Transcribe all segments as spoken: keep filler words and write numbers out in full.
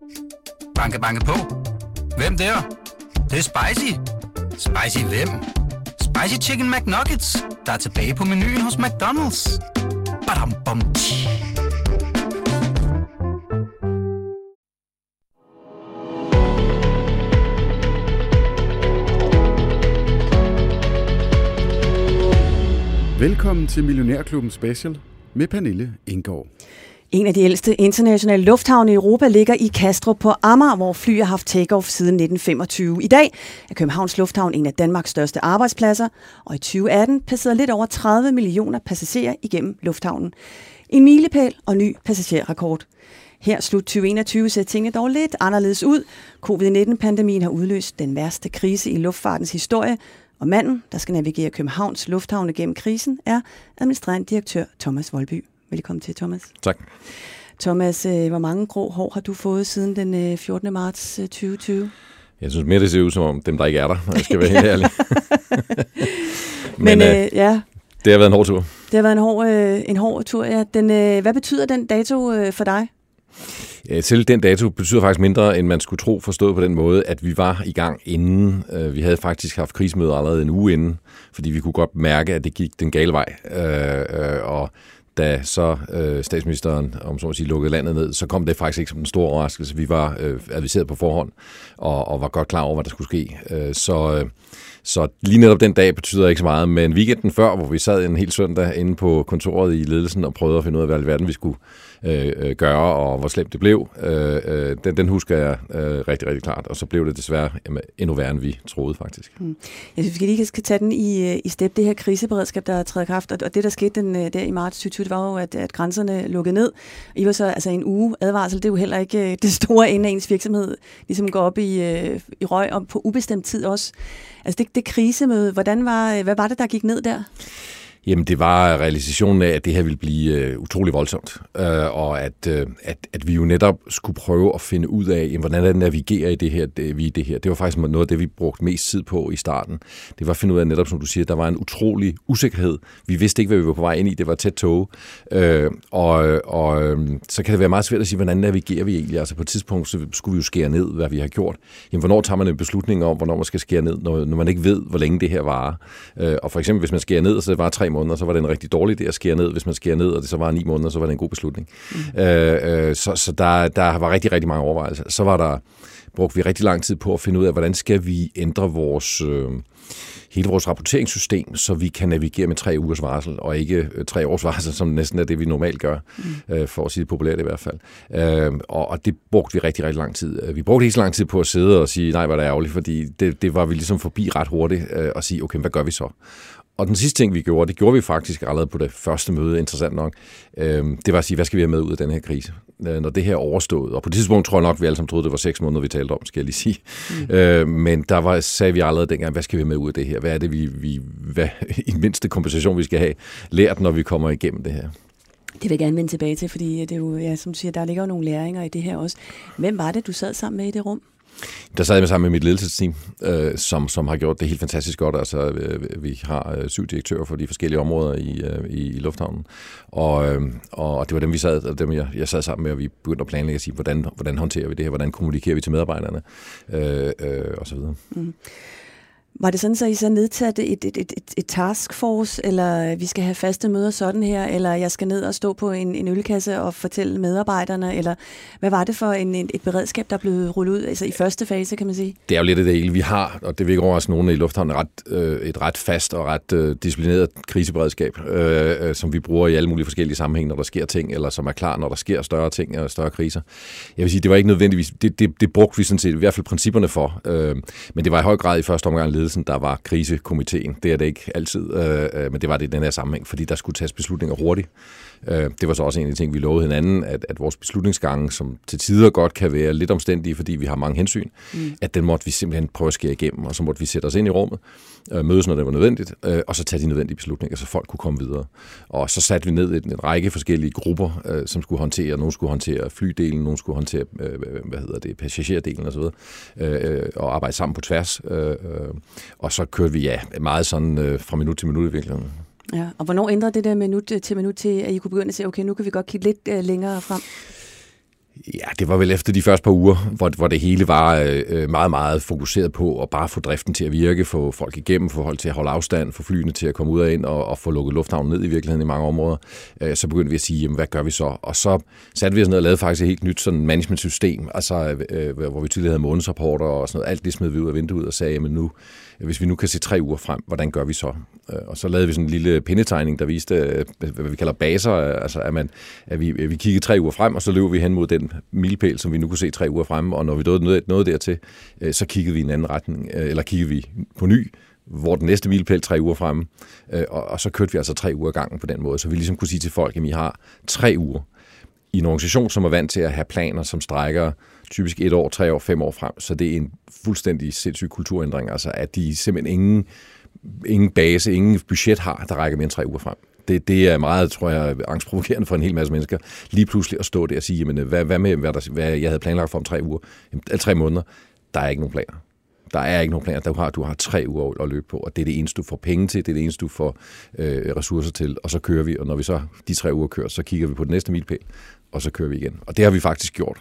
Banke, banke på. Hvem der? Det, det er spicy. Spicy hvem? Spicy Chicken McNuggets, der er tilbage på menuen hos McDonald's. Badum, bom, tji. Velkommen til Millionærklubben Special med Pernille Indgaard. En af de ældste internationale lufthavne i Europa ligger i Kastrup på Amager, hvor fly har haft take-off siden nitten femogtyve. I dag er Københavns Lufthavn en af Danmarks største arbejdspladser, og i tyve atten passerede lidt over tredive millioner passagerer igennem lufthavnen. En milepæl og ny passagerrekord. Her slut tyve enogtyve ser tingene dog lidt anderledes ud. covid nitten-pandemien har udløst den værste krise i luftfartens historie, og manden, der skal navigere Københavns Lufthavne gennem krisen, er administrerende direktør Thomas Voldby. Velkommen til, Thomas. Tak. Thomas, hvor mange grå hår har du fået siden den fjortende marts tyve tyve? Jeg synes mere, det ser ud som om dem, der ikke er der, når jeg skal være helt ærlig. Men, Men øh, ja, det har været en hård tur. Det har været en hård, øh, en hård tur, ja. Den, øh, hvad betyder den dato øh, for dig? Ja, selv den dato betyder faktisk mindre, end man skulle tro, forstået på den måde, at vi var i gang inden. Vi havde faktisk haft krisemøder allerede en uge inden, fordi vi kunne godt mærke, at det gik den gale vej. Og da så øh, statsministeren, om så at sige, lukkede landet ned, så kom det faktisk ikke som en stor overraskelse. Vi var øh, adviseret på forhånd, og, og var godt klar over, hvad der skulle ske. Øh, så, øh, så lige netop den dag betyder ikke så meget, men weekenden før, hvor vi sad en hel søndag inde på kontoret i ledelsen og prøvede at finde ud af, hvad i verden vi skulle øh, gøre, og hvor slemt det blev, øh, øh, den, den husker jeg øh, rigtig, rigtig klart. Og så blev det desværre jamen, endnu værre, end vi troede faktisk. Hmm. Jeg synes, vi lige skal tage den i, i step, det her kriseberedskab, der træder kraft, og det, der skete den, der i marts tyve tyve, det var jo, at, at grænserne lukkede ned. I var så altså en uge advarsel, det er jo heller ikke det store ende af ens virksomhed, ligesom går op i, i røg, og på ubestemt tid også. Altså det, det krisemøde, hvordan var, hvad var det, der gik ned der? Jamen, det var realisationen af, at det her ville blive uh, utrolig voldsomt, uh, og at, uh, at, at vi jo netop skulle prøve at finde ud af, jamen, hvordan det navigerer i det her, det, vi i det her. Det var faktisk noget af det, vi brugte mest tid på i starten. Det var at finde ud af netop, som du siger, der var en utrolig usikkerhed. Vi vidste ikke, hvad vi var på vej ind i. Det var tæt tog. Uh, og og um, så kan det være meget svært at sige, hvordan navigerer vi egentlig? Altså på et tidspunkt, så skulle vi jo skære ned, hvad vi har gjort. Jamen, hvornår tager man en beslutning om, hvornår man skal skære ned, når, når man ikke ved, hvor længe det her varer? Uh, og for eksempel, hvis man skærer ned, så det var tre måneder, så var det en rigtig dårlig idé at skære ned. Hvis man skærer ned, og det så var ni måneder, så var det en god beslutning. Mm. Øh, øh, så så der, der var rigtig, rigtig mange overvejelser. Så var der, brugte vi rigtig lang tid på at finde ud af, hvordan skal vi ændre vores, øh, hele vores rapporteringssystem, så vi kan navigere med tre ugers varsel, og ikke øh, tre års varsel, som næsten er det, vi normalt gør, mm. øh, for at sige det populært i hvert fald. Øh, og, og det brugte vi rigtig, rigtig lang tid. Vi brugte ikke så lang tid på at sidde og sige, nej, hvor er det ærgerligt, fordi det, det var vi ligesom forbi ret hurtigt, øh, og sige, okay, hvad gør vi så? Og den sidste ting, vi gjorde, det gjorde vi faktisk allerede på det første møde, interessant nok, øh, det var at sige, hvad skal vi have med ud af den her krise, øh, når det her er overstået. Og på det tidspunkt tror jeg nok, vi alle sammen troede, det var seks måneder, vi talte om, skal jeg lige sige. Mm. Øh, men der var, sagde vi allerede dengang, hvad skal vi have med ud af det her? Hvad er det, vi, vi hvad, i mindste kompensation, vi skal have lært, når vi kommer igennem det her? Det vil jeg gerne vende tilbage til, fordi det er jo, ja, som du siger, der ligger jo nogle læringer i det her også. Hvem var det, du sad sammen med i det rum? Der sad jeg med sammen med mit ledelsesteam, øh, som, som har gjort det helt fantastisk godt. Altså, øh, vi har øh, syv direktører for de forskellige områder i, øh, i, i lufthavnen, og, øh, og det var dem, vi sad, og dem jeg, jeg sad sammen med, og vi begyndte at planlægge at sige, hvordan, hvordan håndterer vi det her, hvordan kommunikerer vi til medarbejderne, øh, øh, og så videre. Mm. Var det sådan, så I så nedsatte et, et, et, et taskforce, eller vi skal have faste møder sådan her, eller jeg skal ned og stå på en, en ølkasse og fortælle medarbejderne, eller hvad var det for en, et beredskab, der blev rullet ud altså i første fase, kan man sige? Det er jo lidt af det hele. Vi har, og det vil ikke overraske nogen i lufthavnen, ret, øh, et ret fast og ret øh, disciplineret kriseberedskab, øh, øh, som vi bruger i alle mulige forskellige sammenhænge, når der sker ting, eller som er klar, når der sker større ting og større kriser. Jeg vil sige, det var ikke nødvendigvis, det, det, det brugte vi sådan set i hvert fald principperne for, øh, men det var i høj grad i første omgang der var krisekomiteen. Det er det ikke altid, øh, men det var det i den her sammenhæng, fordi der skulle tages beslutninger hurtigt. Øh, det var så også en af de ting, vi lovede hinanden, at, at vores beslutningsgange, som til tider godt kan være lidt omstændige, fordi vi har mange hensyn, mm. at den måtte vi simpelthen prøve at skære igennem, og så måtte vi sætte os ind i rummet, øh, mødes, når det var nødvendigt, øh, og så tage de nødvendige beslutninger, så folk kunne komme videre. Og så satte vi ned i en, en række forskellige grupper, øh, som skulle håndtere, nogle skulle håndtere flydelen, nogle skulle håndtere, øh, hvad hedder det, passagerdelen osv., øh, og arbejde sammen på tværs. Øh, øh, og så kørte vi, ja, meget sådan øh, fra minut til minut i virkeligheden. Ja, og hvornår ændrede det der minut til minut til, at I kunne begynde at sige, okay, nu kan vi godt kigge lidt øh, længere frem? Ja, det var vel efter de første par uger, hvor, hvor det hele var øh, meget, meget fokuseret på at bare få driften til at virke, få folk igennem, få folk til at holde afstand, få flyene til at komme ud og ind og, og få lukket lufthavnen ned i virkeligheden i mange områder. Øh, så begyndte vi at sige, jamen, hvad gør vi så? Og så satte vi os ned og lavede faktisk et helt nyt sådan management-system, altså, øh, hvor vi tidligere havde månedsrapporter og sådan noget. Alt det smed vi ud af vinduet og sagde, jamen nu, hvis vi nu kan se tre uger frem, hvordan gør vi så? Og så lavede vi sådan en lille pindetegning, der viste, hvad vi kalder baser, altså at, man, at vi, vi kiggede tre uger frem, og så løb vi hen mod den milepæl, som vi nu kunne se tre uger frem, og når vi nåede noget dertil, så kiggede vi i en anden retning, eller kiggede vi på ny, hvor den næste milepæl tre uger fremme, og, og så kørte vi altså tre uger gangen på den måde, så vi ligesom kunne sige til folk, at I har tre uger i en organisation, som er vant til at have planer, som strækker typisk et år, tre år, fem år frem, så det er en fuldstændig sindssyg kulturændring, altså at de simpelthen ingen, ingen base, ingen budget har, der rækker mere end tre uger frem. Det, det er meget, tror jeg, angstprovokerende for en hel masse mennesker, lige pludselig at stå der og sige, jamen, hvad, hvad med, hvad, der, hvad jeg havde planlagt for om tre uger, eller tre måneder, der er ikke nogen planer. Der er ikke nogen planer. Du har, du har tre uger at løbe på, og det er det eneste, du får penge til, det er det eneste, du får øh, ressourcer til, og så kører vi, og når vi så de tre uger kører, så kigger vi på den næste milepæl, og så kører vi igen. Og det har vi faktisk gjort.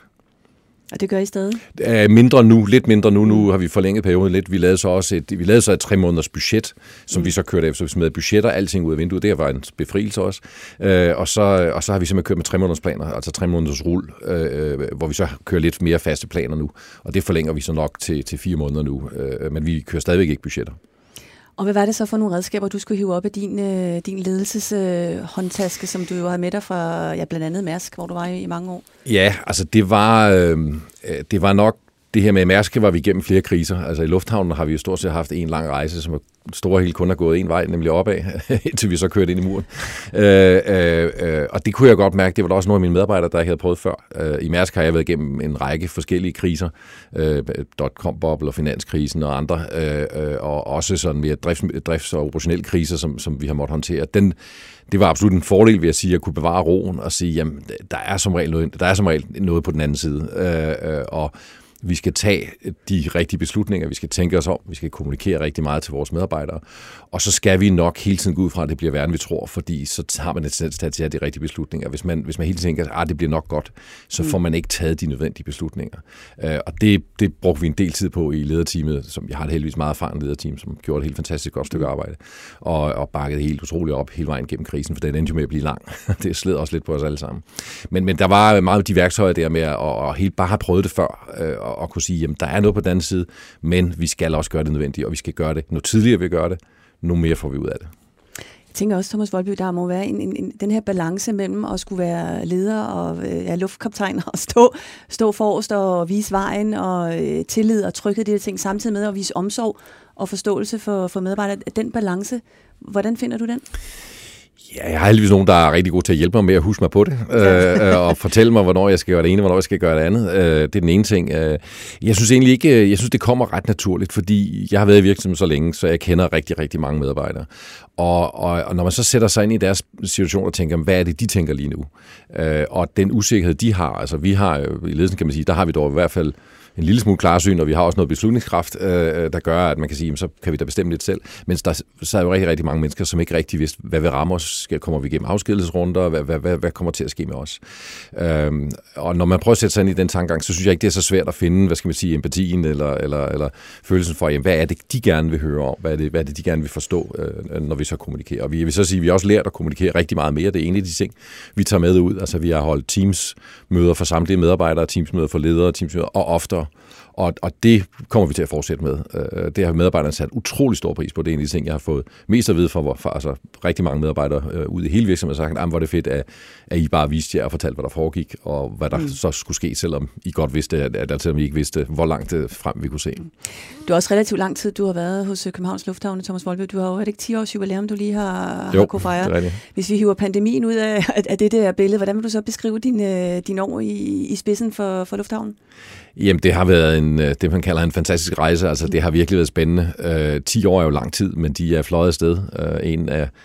Og det gør I stadig? Æh, mindre nu, lidt mindre nu. Nu har vi forlænget perioden lidt. Vi lavede så også et, vi lavede så et tre måneders budget, som mm. vi så kørte efter. Så vi smed budgetter, alting ud af vinduet. Det var en befrielse også. Æh, og, så, og så har vi simpelthen kørt med tre måneders planer, altså tre måneders rul, øh, hvor vi så kører lidt mere faste planer nu. Og det forlænger vi så nok til, til fire måneder nu. Øh, men vi kører stadigvæk ikke budgetter. Og hvad var det så for nogle redskaber, du skulle hive op af din, øh, din ledelseshåndtaske, øh, som du jo har med dig fra ja, blandt andet Mærsk, hvor du var i, i mange år? Ja, altså det var, øh, det var nok det her med Mærsk, var vi igennem flere kriser. Altså i lufthavnen har vi jo stort set haft en lang rejse, som store hele kun har gået en vej, nemlig opad, indtil vi så kørte ind i muren. Øh, øh, øh, og det kunne jeg godt mærke, det var der også nogle af mine medarbejdere, der jeg havde prøvet før. Øh, I Mærsk har jeg været igennem en række forskellige kriser, øh, dot-com-boble og finanskrisen og andre, øh, og også sådan mere drifts- drifts- og operationelle kriser, som, som vi har måttet håndtere. Den, det var absolut en fordel ved at sige, at jeg kunne bevare roen og sige, jamen, der er som regel noget, der er som regel noget på den anden side. Øh, øh, og vi skal tage de rigtige beslutninger, vi skal tænke os om, vi skal kommunikere rigtig meget til vores medarbejdere, og så skal vi nok hele tiden gå ud fra, at det bliver værre, end vi tror, fordi så har man et tendens til at tage de rigtige beslutninger. Hvis man, hvis man hele tiden tænker, at det bliver nok godt, så får man ikke taget de nødvendige beslutninger. Og det, det brugte vi en del tid på i lederteamet, som jeg har et heldigvis meget erfaren lederteam, som gjorde et helt fantastisk godt stykke arbejde, og, og bakkede helt utroligt op hele vejen gennem krisen, for den endte jo med at blive lang. Det sled også lidt på os alle sammen. Men, men der var meget af de værktøjer der med at og helt bare have prøvet det før, og, og kunne sige, jamen der er noget på den anden side, men vi skal også gøre det nødvendigt, og vi skal gøre det. Nu tidligere vi gør det, nu mere får vi ud af det. Jeg tænker også, Thomas Voldby, der må være en, en, en, den her balance mellem at skulle være leder og ja, luftkaptajn og stå, stå forrest og vise vejen og øh, tillid og tryghed, det ting, samtidig med at vise omsorg og forståelse for, for medarbejdere. Den balance, hvordan finder du den? Ja, jeg har heldigvis nogen, der er rigtig gode til at hjælpe mig med at huske mig på det, øh, og fortælle mig, hvornår jeg skal gøre det ene, og hvornår jeg skal gøre det andet. Øh, det er den ene ting. Jeg synes egentlig ikke, jeg synes, det kommer ret naturligt, fordi jeg har været i virksomheden så længe, så jeg kender rigtig, rigtig mange medarbejdere. Og, og, og når man så sætter sig ind i deres situation og tænker, hvad er det, de tænker lige nu? Øh, og den usikkerhed, de har, altså vi har i ledelsen, kan man sige, der har vi dog i hvert fald en lille smule klarsyn, og vi har også noget beslutningskraft, øh, der gør, at man kan sige, jamen, så kan vi da bestemme lidt selv. Men der så er jo rigtig, rigtig mange mennesker, som ikke rigtig vidste, hvad vil ramme os? Kommer vi igennem afskedelsesrunder? Hvad, hvad, hvad, hvad kommer til at ske med os? Øhm, og når man prøver at sætte sig ind i den tankegang, så synes jeg ikke, det er så svært at finde, hvad skal man sige, empatien eller, eller, eller følelsen for, jamen, hvad er det, de gerne vil høre om? Hvad er det, hvad er det de gerne vil forstå, øh, når vi så kommunikerer? Og vi vil så sige, at vi har også lært at kommunikere rigtig meget mere. Det er en af de ting, vi tager med ud. Altså, vi har holdt teamsmøder for samtlige medarbejdere, teamsmøder for ledere, teamsmøder og oftere. Og, og det kommer vi til at fortsætte med. Det har medarbejderne sat utrolig stor pris på. Det er en af de ting, jeg har fået mest at vide fra, fra altså, rigtig mange medarbejdere øh, ude i hele virksomheden, og sagt, at hvor det fedt, at, at I bare viste jer og fortalte, hvad der foregik, og hvad der mm. så skulle ske, selvom I godt vidste, at, at selvom I ikke vidste, hvor langt frem vi kunne se. Du har også relativt lang tid, du har været hos Københavns Lufthavn, Thomas Voldby. Du har jo ikke ti års jubilæum, du lige har, jo, har kunne fejre. Hvis vi hiver pandemien ud af, af det der billede, hvordan vil du så beskrive din, din år i, i spidsen for, for Lufthavnen? Jamen, det har været en, det, man kalder en fantastisk rejse. Altså, det har virkelig været spændende. Uh, ti år er jo lang tid, men de er fløjet afsted. Uh, en af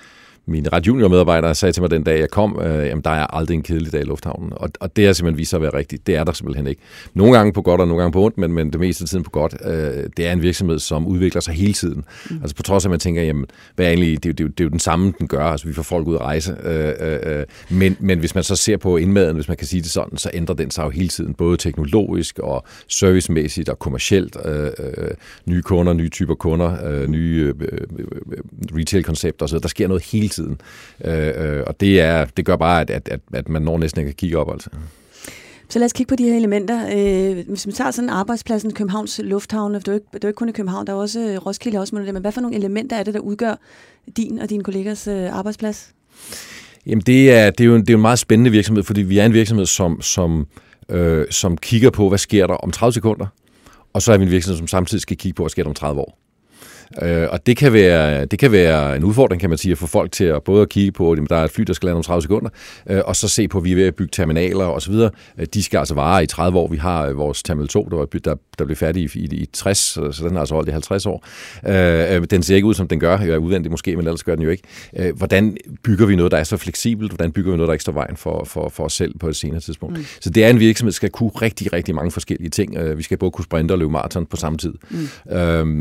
mine ret junior medarbejdere sagde til mig den dag, jeg kom, øh, jamen der er aldrig en kedelig dag i lufthavnen. Og, og det har simpelthen vist sig at være rigtigt. Det er der simpelthen ikke. Nogle gange på godt og nogle gange på ondt, men, men det meste af tiden på godt. Øh, det er en virksomhed, som udvikler sig hele tiden. Mm. Altså på trods af, at man tænker, jamen, hvad er egentlig, det, det, det, det er jo den samme, den gør. Altså vi får folk ud at rejse. Øh, øh, men, men hvis man så ser på indmaden, hvis man kan sige det sådan, så ændrer den sig jo hele tiden. Både teknologisk og servicemæssigt og kommercielt. Øh, øh, nye kunder, nye typer kunder, øh, nye øh, retail-koncepter osv. Der sker noget hele tiden. Øh, og det, er, det gør bare, at, at, at man når næsten ikke kan kigge op. Altså. Så lad os kigge på de her elementer. Øh, hvis man tager sådan arbejdspladsen, Københavns Lufthavn, det er jo ikke, det er jo ikke kun i København, der er også Roskilde også, men hvad for nogle elementer er det, der udgør din og dine kollegers øh, arbejdsplads? Jamen det er, det er jo en, det er en meget spændende virksomhed, fordi vi er en virksomhed, som, som, øh, som kigger på, hvad sker der om tredive sekunder, og så er vi en virksomhed, som samtidig skal kigge på, hvad sker der om tredive år. Øh, og det kan, være, det kan være en udfordring, kan man sige, at få folk til at både at kigge på, at der er et fly, der skal lande om tredive sekunder, øh, og så se på, at vi er ved at bygge terminaler osv. De skal altså vare i tredive år. Vi har vores Terminal to, der, var, der, der blev færdig i, i, i tres, så den har altså holdt i halvtreds år. Øh, den ser ikke ud, som den gør. Jeg er udvendig måske, men ellers gør den jo ikke. Øh, hvordan bygger vi noget, der er så fleksibelt? Hvordan bygger vi noget, der ikke står vejen for, for, for os selv på et senere tidspunkt? Mm. Så det er en virksomhed, der skal kunne rigtig, rigtig mange forskellige ting. Øh, vi skal både kunne sprinte og løbe maraton på samme tid. Mm. Øh, øh,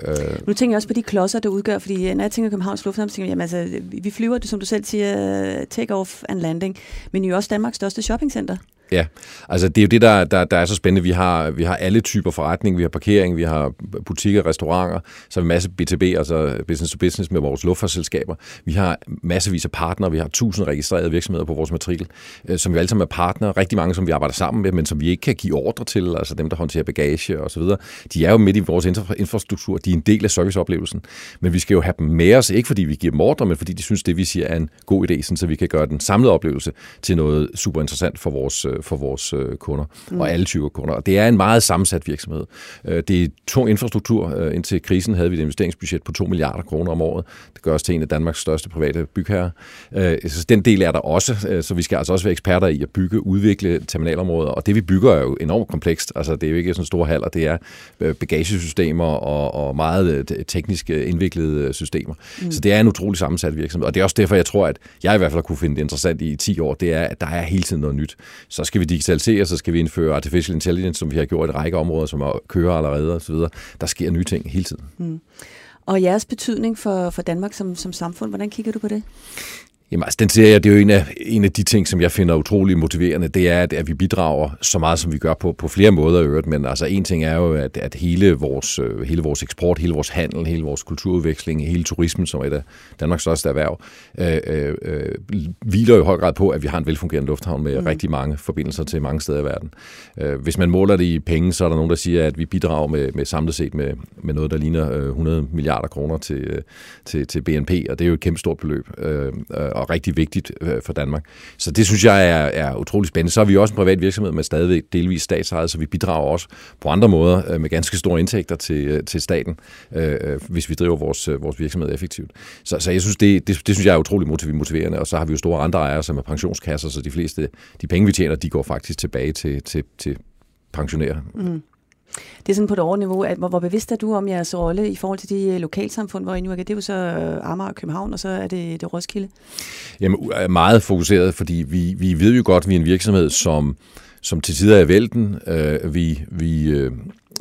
nu tænker jeg også på de klodser, der udgør, fordi når jeg tænker Københavns Lufthavn, så tænker jeg, jamen, altså, vi flyver, som du selv siger, take-off and landing, men jo også Danmarks største shoppingcenter. Ja, altså det er jo det, der, der, der er så spændende. Vi har, vi har alle typer forretning, vi har parkering, vi har butikker, restauranter, så har vi en masse B to B, altså business to business med vores luftfartsselskaber. Vi har massevis af partnere, vi har tusind registrerede virksomheder på vores matrikel, som vi alle sammen er partnere, rigtig mange, som vi arbejder sammen med, men som vi ikke kan give ordre til, altså dem, der håndterer bagage og så videre. De er jo midt i vores infrastruktur, de er en del af serviceoplevelsen, men vi skal jo have dem med os, ikke fordi vi giver dem ordre, men fordi de synes, det vi siger er en god idé, så vi kan gøre den samlede oplevelse til noget super interessant for vores for vores kunder, mm. og alle typer kunder. Og det er en meget sammensat virksomhed. Det er tung infrastruktur. Indtil krisen havde vi et investeringsbudget på to milliarder kroner om året. Det gør os til en af Danmarks største private bygherrer. Så den del er der også. Så vi skal altså også være eksperter i at bygge, udvikle terminalområder. Og det vi bygger er jo enormt komplekst. Altså det er jo ikke sådan store haller. Det er bagagesystemer og, og meget teknisk indviklede systemer. Mm. Så det er en utrolig sammensat virksomhed. Og det er også derfor, jeg tror, at jeg i hvert fald kunne finde det interessant i ti år. Det er, at der er hele tiden noget nyt. Så skal vi digitalisere, så skal vi indføre artificial intelligence, som vi har gjort i en række områder, som kører allerede osv. Der sker nye ting hele tiden. Mm. Og jeres betydning for, for Danmark som, som samfund, hvordan kigger du på det? Jamen, altså, den ser jeg, det er jo en af, en af de ting, som jeg finder utrolig motiverende, det er, at, at vi bidrager så meget, som vi gør på, på flere måder i øvrigt, men altså en ting er jo, at, at hele, vores, hele vores eksport, hele vores handel, hele vores kulturudveksling, hele turismen, som er et af Danmarks største erhverv, øh, øh, hviler jo i høj grad på, at vi har en velfungerende lufthavn med mm. rigtig mange forbindelser til mange steder i verden. Øh, hvis man måler det i penge, så er der nogen, der siger, at vi bidrager med, med samlet set med, med noget, der ligner hundrede milliarder kroner til, til, til B N P, og det er jo et kæmpe stort beløb. Øh, og rigtig vigtigt for Danmark. Så det synes jeg er, er utrolig spændende. Så er vi også en privat virksomhed med stadig delvis statsejet, så vi bidrager også på andre måder med ganske store indtægter til, til staten, øh, hvis vi driver vores, vores virksomhed effektivt. Så, så jeg synes, det, det, det synes jeg er utrolig motiverende, og så har vi jo store andre ejere, som er pensionskasser, så de fleste, de penge, vi tjener, de går faktisk tilbage til, til, til pensionærer. Mm. Det er sådan på et overniveau, at hvor, hvor bevidst er du om jeres rolle i forhold til de lokalsamfund, hvor I nu er? Det er jo så Amager og København, og så er det, det Roskilde. Jamen, meget fokuseret, fordi vi, vi ved jo godt, at vi er en virksomhed, som, som til tider er i vælten. Øh, vi, vi, øh,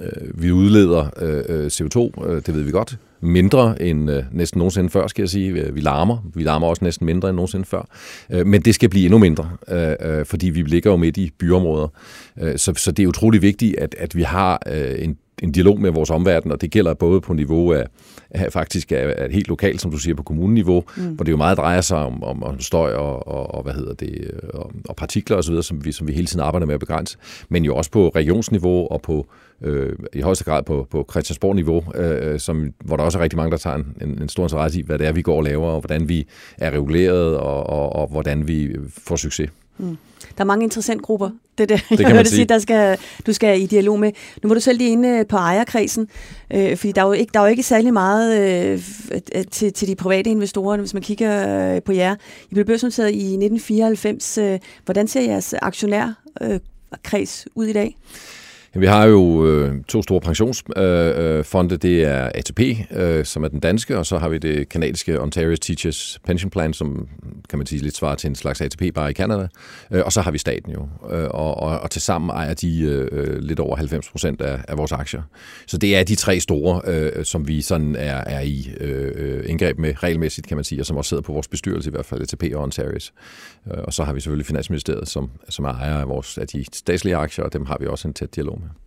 vi udleder øh, C O to, øh, det ved vi godt. Mindre end øh, næsten nogensinde før, skal jeg sige. Vi larmer. Vi larmer også næsten mindre end nogensinde før. Øh, men det skal blive endnu mindre, øh, fordi vi ligger jo midt i byområder. Øh, så, så det er utrolig vigtigt, at, at vi har øh, en, en dialog med vores omverden, og det gælder både på niveau af, af faktisk af, af helt lokalt, som du siger, på kommuneniveau, mm. hvor det jo meget drejer sig om, om, om støj og, og, og hvad hedder det, og, og partikler osv., som vi, som vi hele tiden arbejder med at begrænse, men jo også på regionsniveau og på Øh, i højeste grad på, på Christiansborg-niveau, øh, som, hvor der også er rigtig mange, der tager en, en stor interesse i, hvad det er, vi går og laver, og hvordan vi er reguleret, og, og, og hvordan vi får succes. Mm. Der er mange interessentgrupper, det, det, det jeg hørte sige, der skal, du skal i dialog med. Nu var du selv lige inde på ejerkredsen, øh, fordi der er, jo ikke, der er jo ikke særlig meget øh, til, til de private investorer, hvis man kigger øh, på jer. I blev børsnoteret i nitten fireoghalvfems. Øh, hvordan ser jeres aktionærkreds øh, ud i dag? Vi har jo øh, to store pensionsfonde. Øh, det er A T P, øh, som er den danske, og så har vi det kanadiske Ontario Teachers Pension Plan, som kan man sige lidt svarer til en slags A T P bare i Canada. Øh, og så har vi staten jo. Øh, og, og, og tilsammen ejer de øh, lidt over halvfems procent af, af vores aktier. Så det er de tre store, øh, som vi sådan er, er i øh, indgreb med regelmæssigt, kan man sige, og som også sidder på vores bestyrelse, i hvert fald A T P og Ontario. Øh, og så har vi selvfølgelig Finansministeriet, som, som er ejer af, vores, af de statslige aktier, og dem har vi også en tæt dialog med.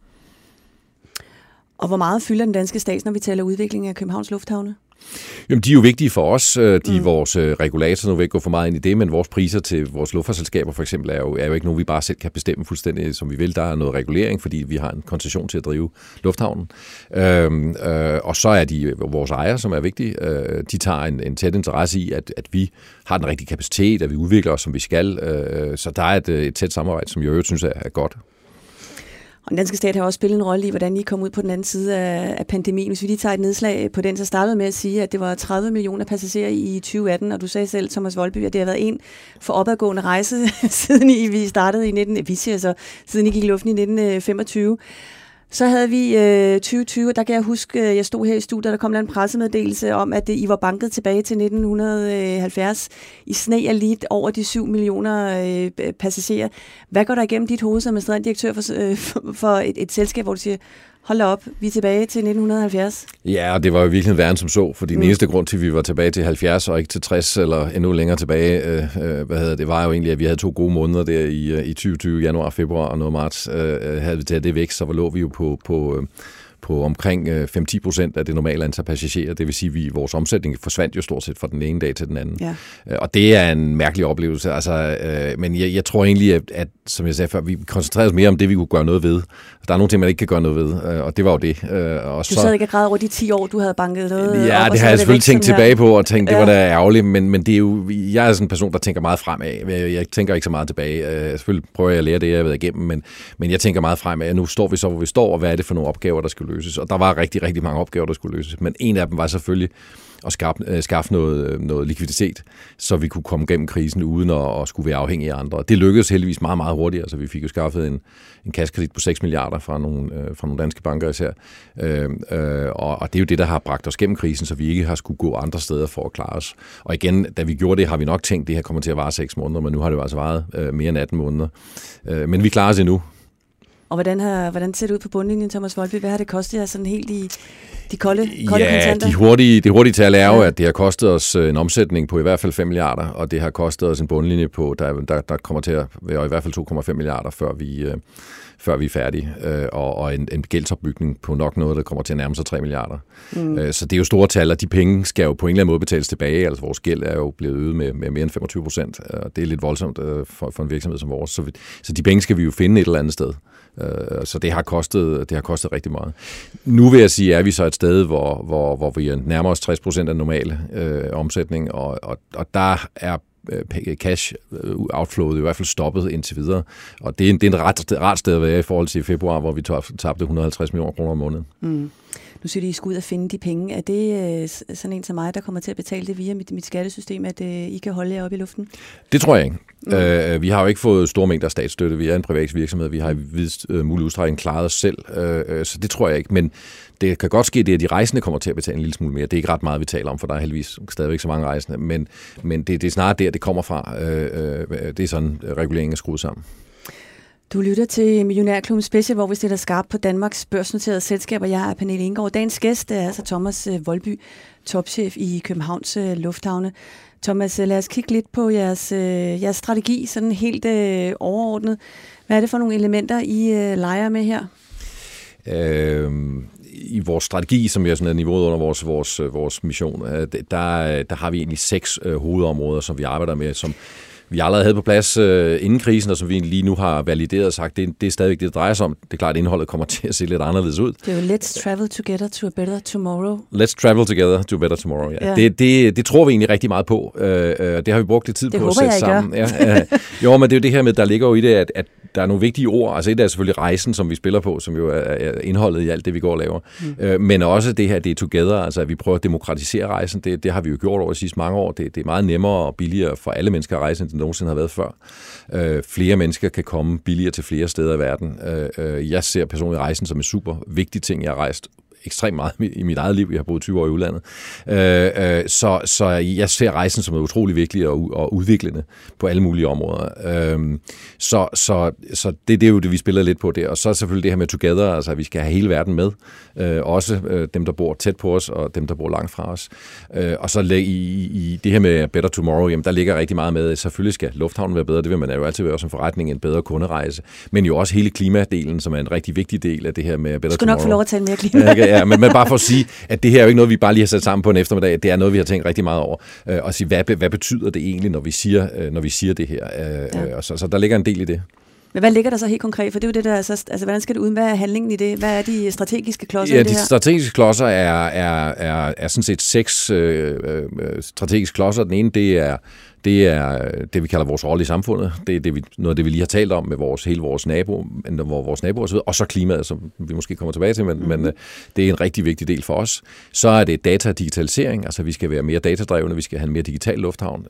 Og hvor meget fylder den danske stat, når vi taler udvikling af Københavns Lufthavne? Jamen, de er jo vigtige for os. De er mm. vores regulator, nu vil jeg ikke gå for meget ind i det, men vores priser til vores luftfartsselskaber for eksempel er jo, er jo ikke nogen, vi bare selv kan bestemme fuldstændig, som vi vil. Der er noget regulering, fordi vi har en koncession til at drive lufthavnen. Øhm, øh, og så er de vores ejere, som er vigtige. Øh, de tager en, en tæt interesse i, at, at vi har den rigtige kapacitet, at vi udvikler os, som vi skal. Øh, så der er et, et tæt samarbejde, som jeg jo synes er, er godt. Og den danske stat har også spillet en rolle i, hvordan I kom ud på den anden side af, af pandemien. Hvis vi lige tager et nedslag på den, så startede med at sige, at det var tredive millioner passagerer i tyve atten, og du sagde selv, Thomas Voldby, at det har været en for opadgående rejse, siden I, vi startede i nitten, vi siger så, siden I gik i luften i nitten femogtyve. Så havde vi øh, tyve tyve, der kan jeg huske, jeg stod her i studiet, der kom der en pressemeddelelse om, at I var banket tilbage til nitten halvfjerds. I sneg er lige over de syv millioner øh, passagerer. Hvad går der igennem dit hoved som administrerende direktør for, øh, for et, et selskab, hvor du siger, hold da op, vi er tilbage til nitten halvfjerds? Ja, og det var jo virkelig værre som så, for den mm. eneste grund til, at vi var tilbage til halvfjerds og ikke til tres eller endnu længere tilbage, øh, hvad hedder det, var jo egentlig, at vi havde to gode måneder der i, i tyve tyve, januar, februar og noget marts, øh, havde vi taget det væk, så lå vi jo på, på øh, på omkring fem til ti procent af det normale antal passagerer. Det vil sige, at vores omsætning forsvandt jo stort set fra den ene dag til den anden. Ja. Og det er en mærkelig oplevelse. Altså, øh, men jeg, jeg tror egentlig, at, at, som jeg sagde før, vi koncentrerer os mere om det, vi kunne gøre noget ved. Der er nogle ting, man ikke kan gøre noget ved, og det var jo det. Og du sad ikke og græd over de ti år, du havde banket noget Ja, op, det har jeg selvfølgelig tænkt tilbage på, og tænkt, det var da ærgerligt, men, men det er jo, jeg er sådan en person, der tænker meget fremad. Jeg, jeg tænker ikke så meget tilbage. Selvfølgelig prøver jeg at lære det, jeg har været igennem, men, men jeg tænker meget fremad. Nu står vi så, hvor vi står, og hvad er det for nogle opgaver, der skal løses? Og der var rigtig, rigtig mange opgaver, der skulle løses, men en af dem var selvfølgelig at skaffe, skaffe noget, noget likviditet, så vi kunne komme gennem krisen uden at, at skulle være afhængige af andre. Det lykkedes heldigvis meget, meget hurtigt. Altså, vi fik jo skaffet en, en kassekredit på seks milliarder fra nogle, øh, fra nogle danske banker især. Øh, øh, og, og det er jo det, der har bragt os gennem krisen, så vi ikke har skulle gå andre steder for at klare os. Og igen, da vi gjorde det, har vi nok tænkt, at det her kommer til at vare seks måneder, men nu har det jo altså varet øh, mere end atten måneder. Øh, men vi klarer os endnu. Og hvordan, har, hvordan ser det ud på bundlinjen, Thomas Voldby? Hvad har det kostet jer sådan helt i de kolde, kolde ja, kontanter? de hurtige, det hurtige tal er jo, at det har kostet os en omsætning på i hvert fald fem milliarder, og det har kostet os en bundlinje på, der, der, der kommer til at være i hvert fald to komma fem milliarder, før vi, øh, før vi er færdige, øh, og, og en, en gældsopbygning på nok noget, der kommer til at nærme sig tre milliarder. Mm. Øh, så det er jo store tal, og de penge skal jo på en eller anden måde betales tilbage. Altså vores gæld er jo blevet øget med, med mere end femogtyve procent, og det er lidt voldsomt øh, for, for en virksomhed som vores. Så, vi, så de penge skal vi jo finde et eller andet sted. Så det har kostet, det har kostet rigtig meget. Nu vil jeg sige, er vi så et sted, hvor, hvor, hvor vi nærmer os tres procent af normal øh, omsætning, og, og, og der er cash outflowet i hvert fald stoppet indtil videre. Og det er, det er en ret, ret sted at være i forhold til februar, hvor vi tabte et hundrede og halvtreds millioner kroner om måneden. Mm. Nu siger de, at I skal ud og finde de penge. Er det sådan en som mig, der kommer til at betale det via mit, mit skattesystem, at I kan holde jer op i luften? Det tror jeg ikke. Mm. Øh, vi har jo ikke fået store mængder statsstøtte. Vi er en privat virksomhed. Vi har i videst øh, mulig udstrækning klaret os selv. Øh, så det tror jeg ikke. Men det kan godt ske, det, at de rejsende kommer til at betale en lille smule mere. Det er ikke ret meget, vi taler om, for der er heldigvis stadigvæk så mange rejsende. Men, men det, det er snart der, det kommer fra. Øh, øh, det er sådan, reguleringen er skruet sammen. Du lytter til Millionærklubben Special, hvor vi stiller skarpt på Danmarks børsnoterede selskaber. Jeg er Pernille Ingegaard. Dagens gæst er altså Thomas Voldby, topchef i Københavns Lufthavne. Thomas, lad os kigge lidt på jeres, jeres strategi, sådan helt øh, overordnet. Hvad er det for nogle elementer, I øh, leger med her? Øhm I vores strategi, som er sådan et niveauet under vores, vores, vores mission, der, der har vi egentlig seks øh, hovedområder, som vi arbejder med, som vi allerede havde på plads øh, inden krisen, og som vi lige nu har valideret og sagt, det, det er stadigvæk det, det drejer sig om. Det er klart, at indholdet kommer til at se lidt anderledes ud. Det er jo Let's Travel Together to a Better Tomorrow. Let's Travel Together to a Better Tomorrow, ja. ja. Det, det, det tror vi egentlig rigtig meget på. Øh, det har vi brugt lidt tid det på at sætte sammen. Ja, øh, jo, men det er jo det her med, der ligger jo i det, at, at der er nogle vigtige ord. Altså et er selvfølgelig rejsen, som vi spiller på, som jo er indholdet i alt det, vi går og laver. Mm. Øh, men også det her, det er together, altså at vi prøver at demokratisere rejsen. Det, det har vi jo gjort over de sidste mange år. Det, det er meget nemmere og billigere for alle mennesker at rejse, end det nogensinde har været før. Øh, flere mennesker kan komme billigere til flere steder i verden. Øh, jeg ser personligt rejsen som en super vigtig ting. Jeg har rejst ekstremt meget i mit eget liv. Jeg har boet tyve år i udlandet. Øh, øh, så, så jeg ser rejsen som utrolig vigtig og, og udviklende på alle mulige områder. Øh, så så, så det, det er jo det, vi spiller lidt på der. Og så selvfølgelig det her med together, altså at vi skal have hele verden med. Øh, også øh, dem, der bor tæt på os, og dem, der bor langt fra os. Øh, og så i, i det her med Better Tomorrow, jamen, der ligger rigtig meget med. Selvfølgelig skal lufthavnen være bedre. Det vil man jo altid være som forretning, en bedre kunderejse. Men jo også hele klimadelen, som er en rigtig vigtig del af det her med Better Tomorrow. Du skal nok få lov at tale mere klima. Ja, men, men bare for at sige, at det her er jo ikke noget, vi bare lige har sat sammen på en eftermiddag. Det er noget, vi har tænkt rigtig meget over. Øh, og sige, hvad, hvad betyder det egentlig, når vi siger, øh, når vi siger det her? Øh, ja. og så, så der ligger en del i det. Men hvad ligger der så helt konkret? For det er jo det der, så, altså hvordan skal det ud? Hvad er handlingen i det? Hvad er de strategiske klodser ja, i det her? De strategiske klodser er, er, er, er sådan set seks øh, øh, strategiske klodser. Den ene, det er Det er det, vi kalder vores rolle i samfundet. Det er det, vi, noget af det, vi lige har talt om med vores, hele vores nabo, vores naboer osv., og så klimaet, som vi måske kommer tilbage til, men, mm-hmm. men det er en rigtig vigtig del for os. Så er det data og digitalisering, altså vi skal være mere datadrevne, vi skal have en mere digital lufthavn.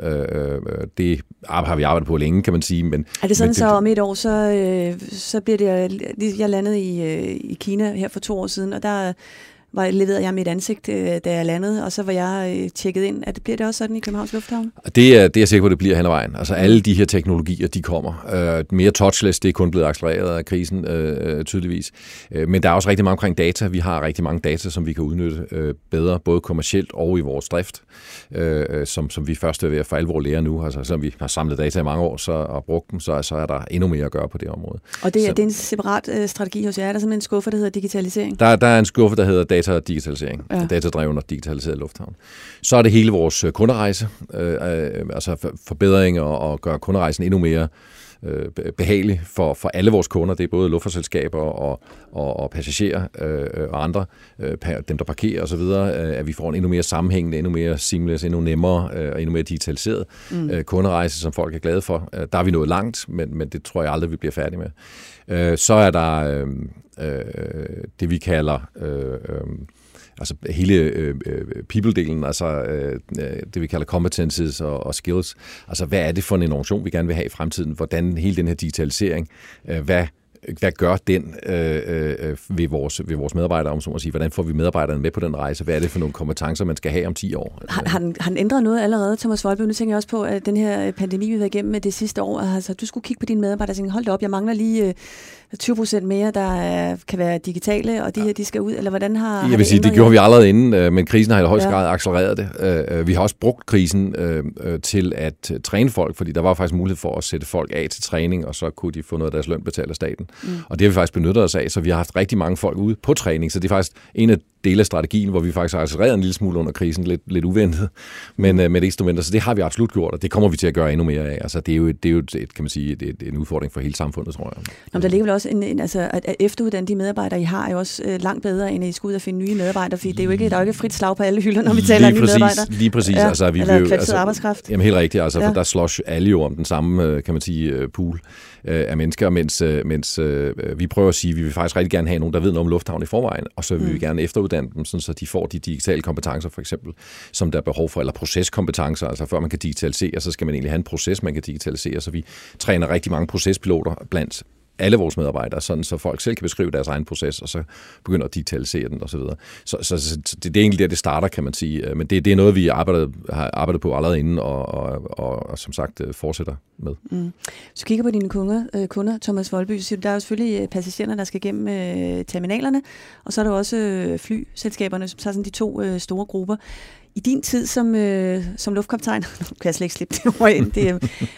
Det har vi arbejdet på længe, kan man sige. Men, er det sådan, men, så om et år, så, så bliver det, jeg landede i, i Kina her for to år siden, og der var leverede jeg mit ansigt, da jeg landede, og så var jeg tjekket ind. At det bliver det også sådan i Københavns Lufthavn? Det er, det er jeg sikker på, det bliver hen ad vejen. Altså alle de her teknologier, de kommer. Uh, mere touchless, det er kun blevet accelereret af krisen, uh, tydeligvis. Uh, men der er også rigtig meget omkring data. Vi har rigtig mange data, som vi kan udnytte uh, bedre, både kommercielt og i vores drift, uh, som, som vi først er ved at for alvor lære nu. Altså selvom vi har samlet data i mange år så, og brugt dem, så, så er der endnu mere at gøre på det område. Og det, så, det er en separat uh, strategi hos jer? Er der simpelthen en skuffe, der hedder digitalisering? Der, der er en skuffe, der hedder data og digitalisering, ja. Datadreven og digitaliseret lufthavn. Så er det hele vores kunderejse, øh, altså forbedringer og gøre kunderejsen endnu mere øh, behagelig for, for alle vores kunder. Det er både luftfartsselskaber og, og, og passagerer øh, og andre, øh, dem der parkerer osv., øh, at vi får en endnu mere sammenhængende, endnu mere seamless, endnu nemmere øh, og endnu mere digitaliseret mm. øh, kunderejse, som folk er glade for. Øh, der er vi nået langt, men, men det tror jeg aldrig, vi bliver færdige med. Øh, så er der øh, øh, det, vi kalder øh, øh, altså hele øh, people-delen, altså øh, det vi kalder competencies og, og skills. Altså hvad er det for en innovation, vi gerne vil have i fremtiden? Hvordan hele den her digitalisering, øh, hvad Hvad gør den øh, øh, ved, vores, ved vores medarbejdere, om så må sige? Hvordan får vi medarbejderne med på den rejse? Hvad er det for nogle kompetencer, man skal have om ti år? Har, har, den, har den ændret noget allerede, Thomas Voldby? Nu tænker jeg også på, at den her pandemi, vi har været igennem med det sidste år, altså du skulle kigge på dine medarbejdere og tænke, hold da op, jeg mangler lige øh, tyve procent mere, der er, kan være digitale, og de her, de skal ud, eller hvordan har, jeg har vil sige, det gjorde vi allerede inden, øh, men krisen har i højst ja. grad accelereret det. Øh, vi har også brugt krisen øh, til at træne folk, fordi der var faktisk mulighed for at sætte folk af til træning, og så kunne de få noget af deres løn betalt af staten. Mm. Og det har vi faktisk benyttet os af, så vi har haft rigtig mange folk ude på træning, så det er faktisk en af dele af strategien, hvor vi faktisk har accelereret en lille smule under krisen, lidt, lidt uventet, men mm. med det instrumenter, så det har vi absolut gjort, og det kommer vi til at gøre endnu mere af. Altså, det er jo, det er jo et, kan man sige, det er en udfordring for hele samfundet, tror jeg. Nå, der ligger vel også en, en altså, at efteruddanne de medarbejdere, I har, er jo også øh, langt bedre, end at I skal ud og finde nye medarbejdere, fordi det er jo ikke, der er jo ikke frit slag på alle hylder, når vi taler om nye medarbejdere. Lige præcis. Ja, altså, vi eller vil, kvalificeret altså, arbejdskraft. Jamen helt rigtigt, altså, ja. for der slås alle jo om den samme, kan man sige, pool af mennesker, mens, mens øh, vi prøver at sige, at vi vil faktisk rigtig gerne have nogen, der ved noget om lufthavn i forvejen, og så vil mm. vi gerne efteruddanne dem, sådan, så de får de digitale kompetencer, for eksempel, som der er behov for, eller proceskompetencer, altså før man kan digitalisere, så skal man egentlig have en proces, man kan digitalisere, så vi træner rigtig mange procespiloter blandt alle vores medarbejdere, sådan så folk selv kan beskrive deres egen proces, og så begynder at digitalisere den, osv. Så, så, så det, det er egentlig der, det starter, kan man sige. Men det, det er noget, vi arbejdet, har arbejdet på allerede inden, og, og, og, og som sagt fortsætter med. Mm. Så kigger på dine kunder, øh, kunder Thomas Voldby, så siger du, der er jo selvfølgelig passagererne, der skal gennem øh, terminalerne, og så er der også øh, flyselskaberne, som tager sådan de to øh, store grupper. I din tid som, øh, som luftkaptajn, nu kan jeg slet ikke slippe det over ind, det, øh,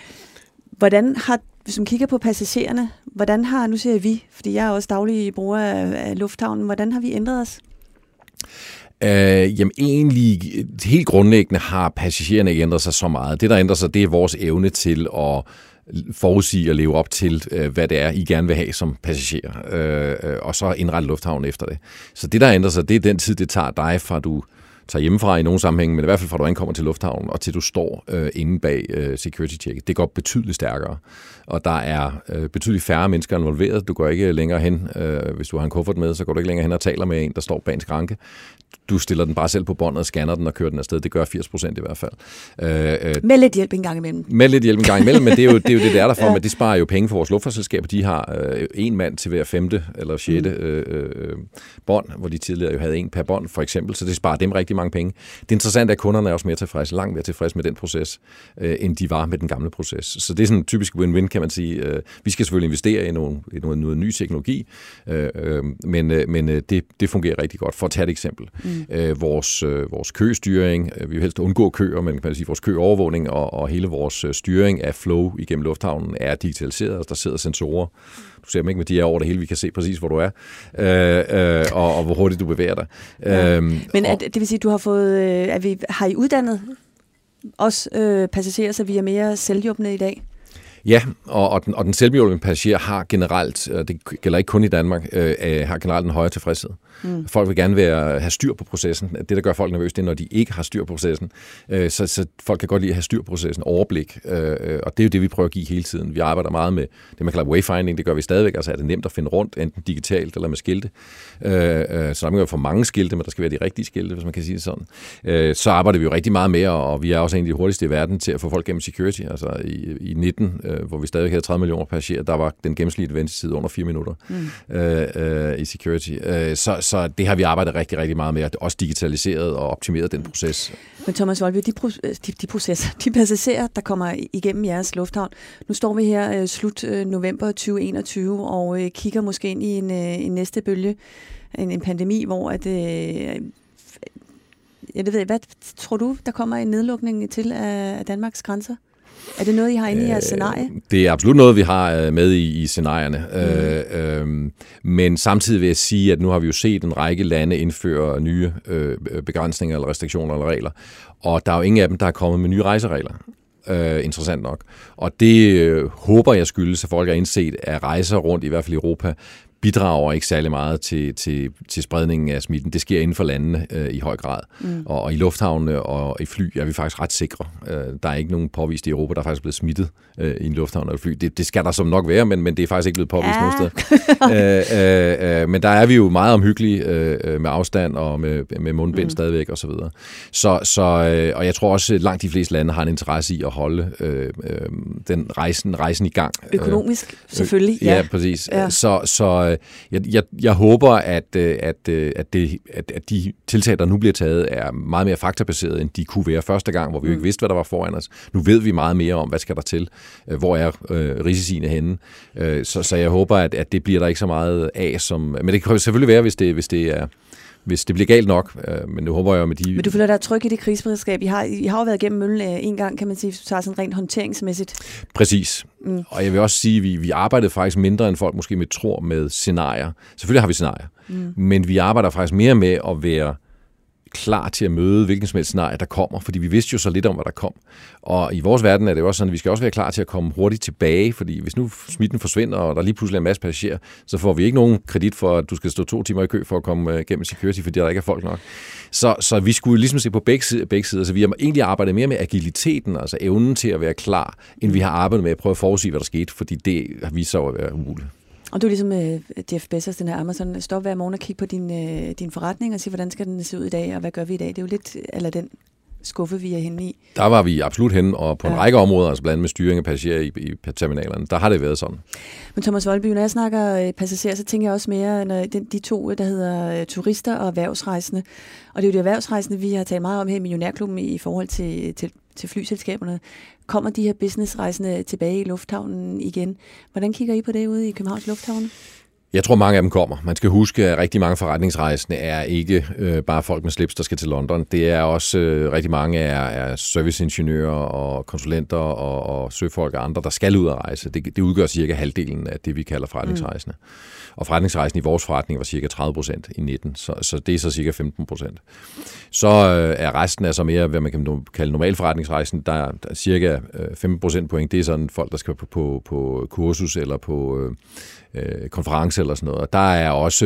hvordan har, hvis man kigger på passagererne, hvordan har, nu siger jeg vi, fordi jeg er også daglig bruger af, af lufthavnen, hvordan har vi ændret os? Øh, jamen egentlig, helt grundlæggende har passagererne ikke ændret sig så meget. Det, der ændrer sig, det er vores evne til at forudsige og leve op til, hvad det er, I gerne vil have som passager, øh, og så indrette lufthavnen efter det. Så det, der ændrer sig, det er den tid, det tager dig, fra du tager hjemmefra i nogle sammenhænge, men i hvert fald fra du ankommer til lufthavnen, og til du står øh, inde bag øh, security-checket. Det går betydeligt stærkere, og der er øh, betydeligt færre mennesker involveret. Du går ikke længere hen, øh, hvis du har en kuffert med, så går du ikke længere hen og taler med en, der står bag en skranke. Du stiller den bare selv på båndet og scanner den og kører den afsted. Det gør firs procent i hvert fald. Øh, med lidt hjælp en gang imellem. Med lidt hjælp en gang imellem, men det er jo det, er jo det der er der for, ja. Men de sparer jo penge for vores luftfartsselskaber. De har øh, en mand til hver femte eller sjette øh, øh, bånd, hvor de tidligere jo havde en per bånd, for eksempel, så det sparer dem rigtig mange penge. Det interessante er, at kunderne er også mere tilfredse, langt mere tilfredse med den proces, øh, end de var med den gamle proces. Så det er sådan en typisk win-win, kan man sige. Øh, vi skal selvfølgelig investere i nogle, i noget, noget ny teknologi, øh, øh, men, øh, men det, det fungerer rigtig godt. For at tage et eksempel. Mm. Øh, vores, øh, vores køstyring, øh, vi vil helst undgå køer, men kan man sige, vores køovervågning og, og hele vores øh, styring af flow igennem lufthavnen er digitaliseret, og der sidder sensorer. Du ser dem ikke, men de er over det hele. Vi kan se præcis, hvor du er, øh, øh, og, og hvor hurtigt du bevæger dig. Ja. Øhm, men er, det vil sige, at du har fået, øh, at vi har I uddannet også øh, passagerer, så vi er mere selvhjulpne i dag? Ja, og, og den, og den selvhjulpne passager har generelt, det gælder ikke kun i Danmark, øh, har generelt en højere tilfredshed. Mm. Folk vil gerne være, have styr på processen. Det, der gør folk nervøse, det er, når de ikke har styr på processen. Øh, så, så folk kan godt lide at have styr på processen, overblik. Øh, og det er jo det, vi prøver at give hele tiden. Vi arbejder meget med det, man kalder wayfinding. Det gør vi stadigvæk. Altså er det nemt at finde rundt, enten digitalt eller med skilte. Øh, øh, så der må jo for mange skilte, men der skal være de rigtige skilte, hvis man kan sige det sådan. Øh, så arbejder vi jo rigtig meget med, og vi er også en af de hurtigste i verden til at få folk gennem security. Altså i, i nitten, øh, hvor vi stadig havde tredive millioner passagerer, der var den gennemsnitlige ventetid under fire minutter mm. øh, øh, i security. Øh, så, så det har vi arbejdet rigtig, rigtig meget med, at også digitaliseret og optimeret den proces. Men Thomas Volby, de, de, de processer, de passagerer, der kommer igennem jeres lufthavn, nu står vi her øh, slut øh, november tyve enogtyve og øh, kigger måske ind i en, øh, en næste bølge, en, en pandemi, hvor at, øh, jeg ved, hvad tror du, der kommer en nedlukning til af, af Danmarks grænser? Er det noget, I har inde i jeres scenarie? Det er absolut noget, vi har med i, i scenarierne. Mm. Øh, øh, men samtidig vil jeg sige, at nu har vi jo set en række lande indføre nye øh, begrænsninger eller restriktioner eller regler. Og der er jo ingen af dem, der er kommet med nye rejseregler. Øh, interessant nok. Og det øh, håber jeg skyldes, at folk har indset, at rejser rundt, i hvert fald i Europa, bidrager ikke særlig meget til, til, til spredningen af smitten. Det sker inden for landene øh, i høj grad. Mm. Og, og i lufthavne og i fly er vi faktisk ret sikre. Øh, der er ikke nogen påvist i Europa, der er faktisk blevet smittet øh, i en lufthavn eller fly. Det, det skal der som nok være, men, men det er faktisk ikke blevet påvist ja. nogen steder. øh, øh, øh, men der er vi jo meget omhyggelige øh, med afstand og med, med mundbind mm. stadigvæk osv. Så, så, så, øh, og jeg tror også, at langt de fleste lande har en interesse i at holde øh, øh, den rejsen, rejsen i gang. Økonomisk, selvfølgelig. Øh, ja, ja, præcis. Ja. Så, så Jeg, jeg, jeg håber, at, at, at, det, at, at de tiltag, der nu bliver taget, er meget mere faktabaseret, end de kunne være første gang, hvor vi jo ikke vidste, hvad der var foran os. Nu ved vi meget mere om, hvad skal der til, hvor er øh, risiciene henne. Øh, så, så jeg håber, at, at det bliver der ikke så meget af. Som, men det kan selvfølgelig være, hvis det, hvis det er... hvis det bliver galt nok, øh, men det håber jeg med de... Men du føler dig tryg i det krigsberedskab. I har, I har jo været igennem møllen en gang, kan man sige, så sådan rent håndteringsmæssigt. Jeg Mm. Og jeg vil også sige, at vi, vi arbejdede faktisk mindre, end folk måske med tror med scenarier. Selvfølgelig har vi scenarier, mm. men vi arbejder faktisk mere med at være klar til at møde hvilken som helst scenarie, der kommer, fordi vi vidste jo så lidt om, hvad der kom. Og i vores verden er det jo også sådan, at vi skal også være klar til at komme hurtigt tilbage, fordi hvis nu smitten forsvinder, og der lige pludselig er en masse passagerer, så får vi ikke nogen kredit for, at du skal stå to timer i kø for at komme gennem security, fordi der ikke er folk nok. Så, så vi skulle ligesom se på begge sider, begge sider. Så vi har egentlig arbejdet mere med agiliteten, altså evnen til at være klar, end vi har arbejdet med at prøve at forudsige, hvad der skete, fordi det har vist sig at være umuligt. Og du er ligesom uh, Jeff Bezos, den her Amazon, stop hver morgen og kig på din, uh, din forretning og sige, hvordan skal den se ud i dag, og hvad gør vi i dag? Det er jo lidt eller den skuffe, vi er henne i. Der var vi absolut henne, og på ja. en række områder, altså blandt andet med styring af passagerer i, i terminalerne, der har det været sådan. Men Thomas Volby, når jeg snakker passagerer, så tænker jeg også mere, når de, de to, der hedder turister og erhvervsrejsende, og det er jo de erhvervsrejsende, vi har talt meget om her i Millionærklubben i forhold til, til, til flyselskaberne. Kommer de her businessrejsende tilbage i lufthavnen igen? Hvordan kigger I på det ude i Københavns Lufthavn? Jeg tror, mange af dem kommer. Man skal huske, at rigtig mange forretningsrejsende er ikke øh, bare folk med slips, der skal til London. Det er også øh, rigtig mange er, er serviceingeniører og konsulenter og, og søfolk og andre, der skal ud og rejse. Det, det udgør cirka halvdelen af det, vi kalder forretningsrejsende. Mm. Og forretningsrejsen i vores forretning var cirka tredive procent i nitten, så, så det er så cirka femten procent. Så øh, er resten altså mere, hvad man kan kalde normal forretningsrejsen. Der er, der er cirka øh, femten procent point. Det er sådan folk, der skal på, på, på kursus eller på øh, konference eller sådan noget. Og der er også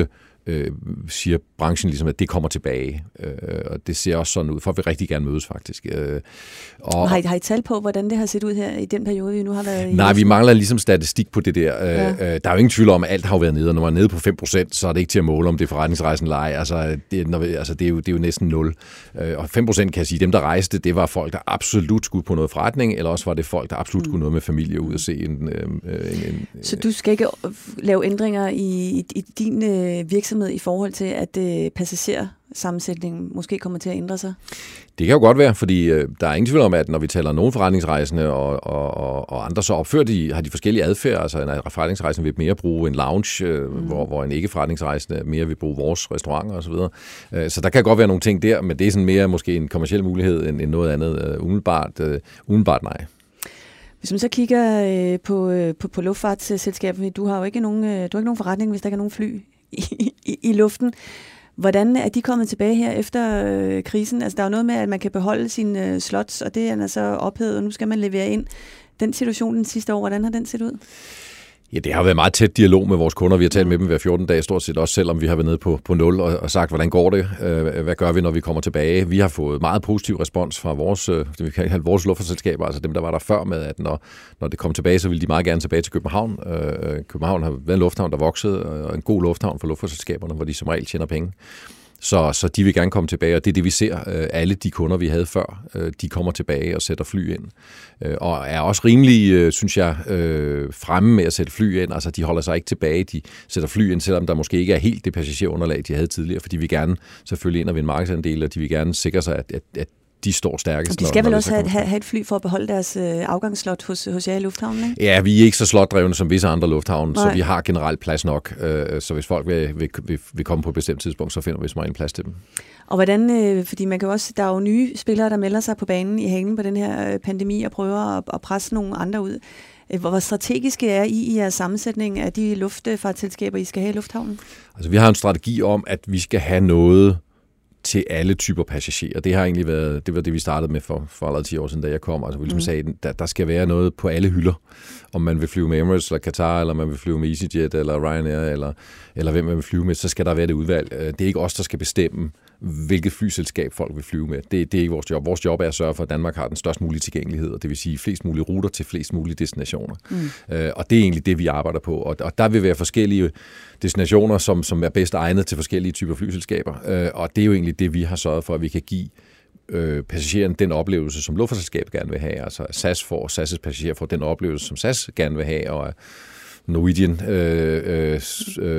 øh, siger branchen ligesom, at det kommer tilbage. Øh, og det ser også sådan ud. Folk vil rigtig gerne mødes, faktisk. Øh, og, og har, I, har I tal på, hvordan det har set ud her i den periode, vi nu har været i? Nej, vi mangler ligesom statistik på det der. Ja. Øh, der er jo ingen tvivl om, at alt har jo været nede, og når man er nede på fem procent, så er det ikke til at måle, om det er forretningsrejsen eller ej. Altså, det, når vi, altså, det, er jo, det er jo næsten nul. Øh, og fem procent kan jeg sige, dem der rejste, det var folk, der absolut skulle på noget forretning, eller også var det folk, der absolut skulle noget med familie ud og se en... en, en, en så du skal ikke lave ændringer i, i din øh, virksomhed i forhold til, at øh, passagersammensætningen måske kommer til at ændre sig? Det kan jo godt være, fordi øh, der er ingen tvivl om, at når vi taler nogle forretningsrejsende og, og, og, og andre, så opfører de, har de forskellige adfærd. Altså en forretningsrejsende vil mere bruge en lounge, øh, mm. hvor, hvor en ikke-forretningsrejsende mere vil bruge vores restauranter osv. Øh, så der kan godt være nogle ting der, men det er sådan mere måske en kommerciel mulighed end, end noget andet. Øh, umiddelbart, øh, umiddelbart nej. Hvis man så kigger øh, på, øh, på, på luftfartsselskabet, du har jo ikke nogen, øh, du har ikke nogen forretning, hvis der ikke er nogen fly i, i, i luften. Hvordan er de kommet tilbage her efter øh, krisen? Altså, der er jo noget med, at man kan beholde sine øh, slots, og det er så ophævet, og nu skal man levere ind. Den situation den sidste år, hvordan har den set ud? Ja, det har været meget tæt dialog med vores kunder. Vi har talt med dem hver fjorten dage, stort set også, selvom vi har været nede på, på nul og, og sagt, hvordan går det? Øh, hvad gør vi, når vi kommer tilbage? Vi har fået meget positiv respons fra vores, øh, det vi kan kalde vores luftfartsselskaber, altså dem, der var der før med, at når, når det kom tilbage, så ville de meget gerne tilbage til København. Øh, København har været en lufthavn, der voksede, og en god lufthavn for luftfartsselskaberne, hvor de som regel tjener penge. Så, så de vil gerne komme tilbage, og det er det, vi ser. Alle de kunder, vi havde før, de kommer tilbage og sætter fly ind. Og er også rimelig, synes jeg, fremme med at sætte fly ind. Altså, de holder sig ikke tilbage. De sætter fly ind, selvom der måske ikke er helt det passagerunderlag, de havde tidligere, fordi vi gerne selvfølgelig ind og vinde markedsandel, og de vil gerne sikre sig, at, at, at de står stærkest. Og de skal vel også have, have et fly for at beholde deres øh, afgangsslot hos, hos jer i lufthavnen, ikke? Ja, vi er ikke så slotdrevne som visse andre lufthavne, så vi har generelt plads nok. Øh, så hvis folk vil, vil, vil, vil komme på et bestemt tidspunkt, så finder vi som en plads til dem. Og hvordan, øh, fordi man kan også, der er jo nye spillere, der melder sig på banen i halen på den her pandemi og prøver at, at presse nogle andre ud. Hvor strategiske er I i jeres sammensætning af de luftfartsselskaber, I skal have i lufthavnen? Altså, vi har en strategi om, at vi skal have noget til alle typer passagerer. Det har egentlig været, det var det, vi startede med for, for allerede ti år siden, da jeg kom. Altså, vi ligesom mm. sagde, der, der skal være noget på alle hylder. Om man vil flyve med Emirates eller Qatar, eller man vil flyve med EasyJet eller Ryanair, eller, eller hvem man vil flyve med, så skal der være det udvalg. Det er ikke os, der skal bestemme, hvilket flyselskab folk vil flyve med. Det, det er ikke vores job. Vores job er at sørge for, at Danmark har den størst mulige tilgængelighed, og det vil sige flest mulige ruter til flest mulige destinationer. Mm. Øh, og det er egentlig det, vi arbejder på. Og, og der vil være forskellige destinationer, som, som er bedst egnet til forskellige typer flyselskaber. Øh, og det er jo egentlig det, vi har sørget for, at vi kan give øh, passageren den oplevelse, som luftfartsselskabet gerne vil have. Altså S A S får, S A S' passagerer får den oplevelse, som S A S gerne vil have, og Norwegian øh, øh, øh,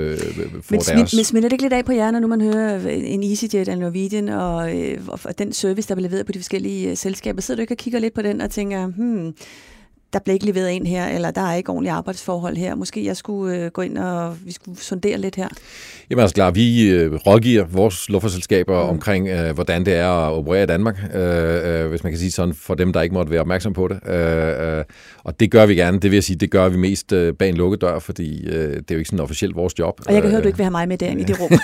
får men, deres... Men smitter det ikke lidt af på jer, når nu man hører en EasyJet eller Norwegian, og, øh, og den service, der bliver leveret på de forskellige selskaber? Sidder du ikke og kigger lidt på den og tænker, hmm, der bliver ikke leveret ind her, eller der er ikke ordentlige arbejdsforhold her. Måske jeg skulle øh, gå ind og vi skulle sondere lidt her. Jamen altså klart, vi øh, rådgiver vores luftfartsselskaber mm. omkring, øh, hvordan det er at operere i Danmark, øh, øh, hvis man kan sige sådan, for dem, der ikke måtte være opmærksom på det. Øh, øh, og det gør vi gerne. Det vil jeg sige, det gør vi mest øh, bag en lukket dør, fordi øh, det er jo ikke sådan officielt vores job. Og jeg kan høre, du ikke vil have mig med derinde øh, i det rum.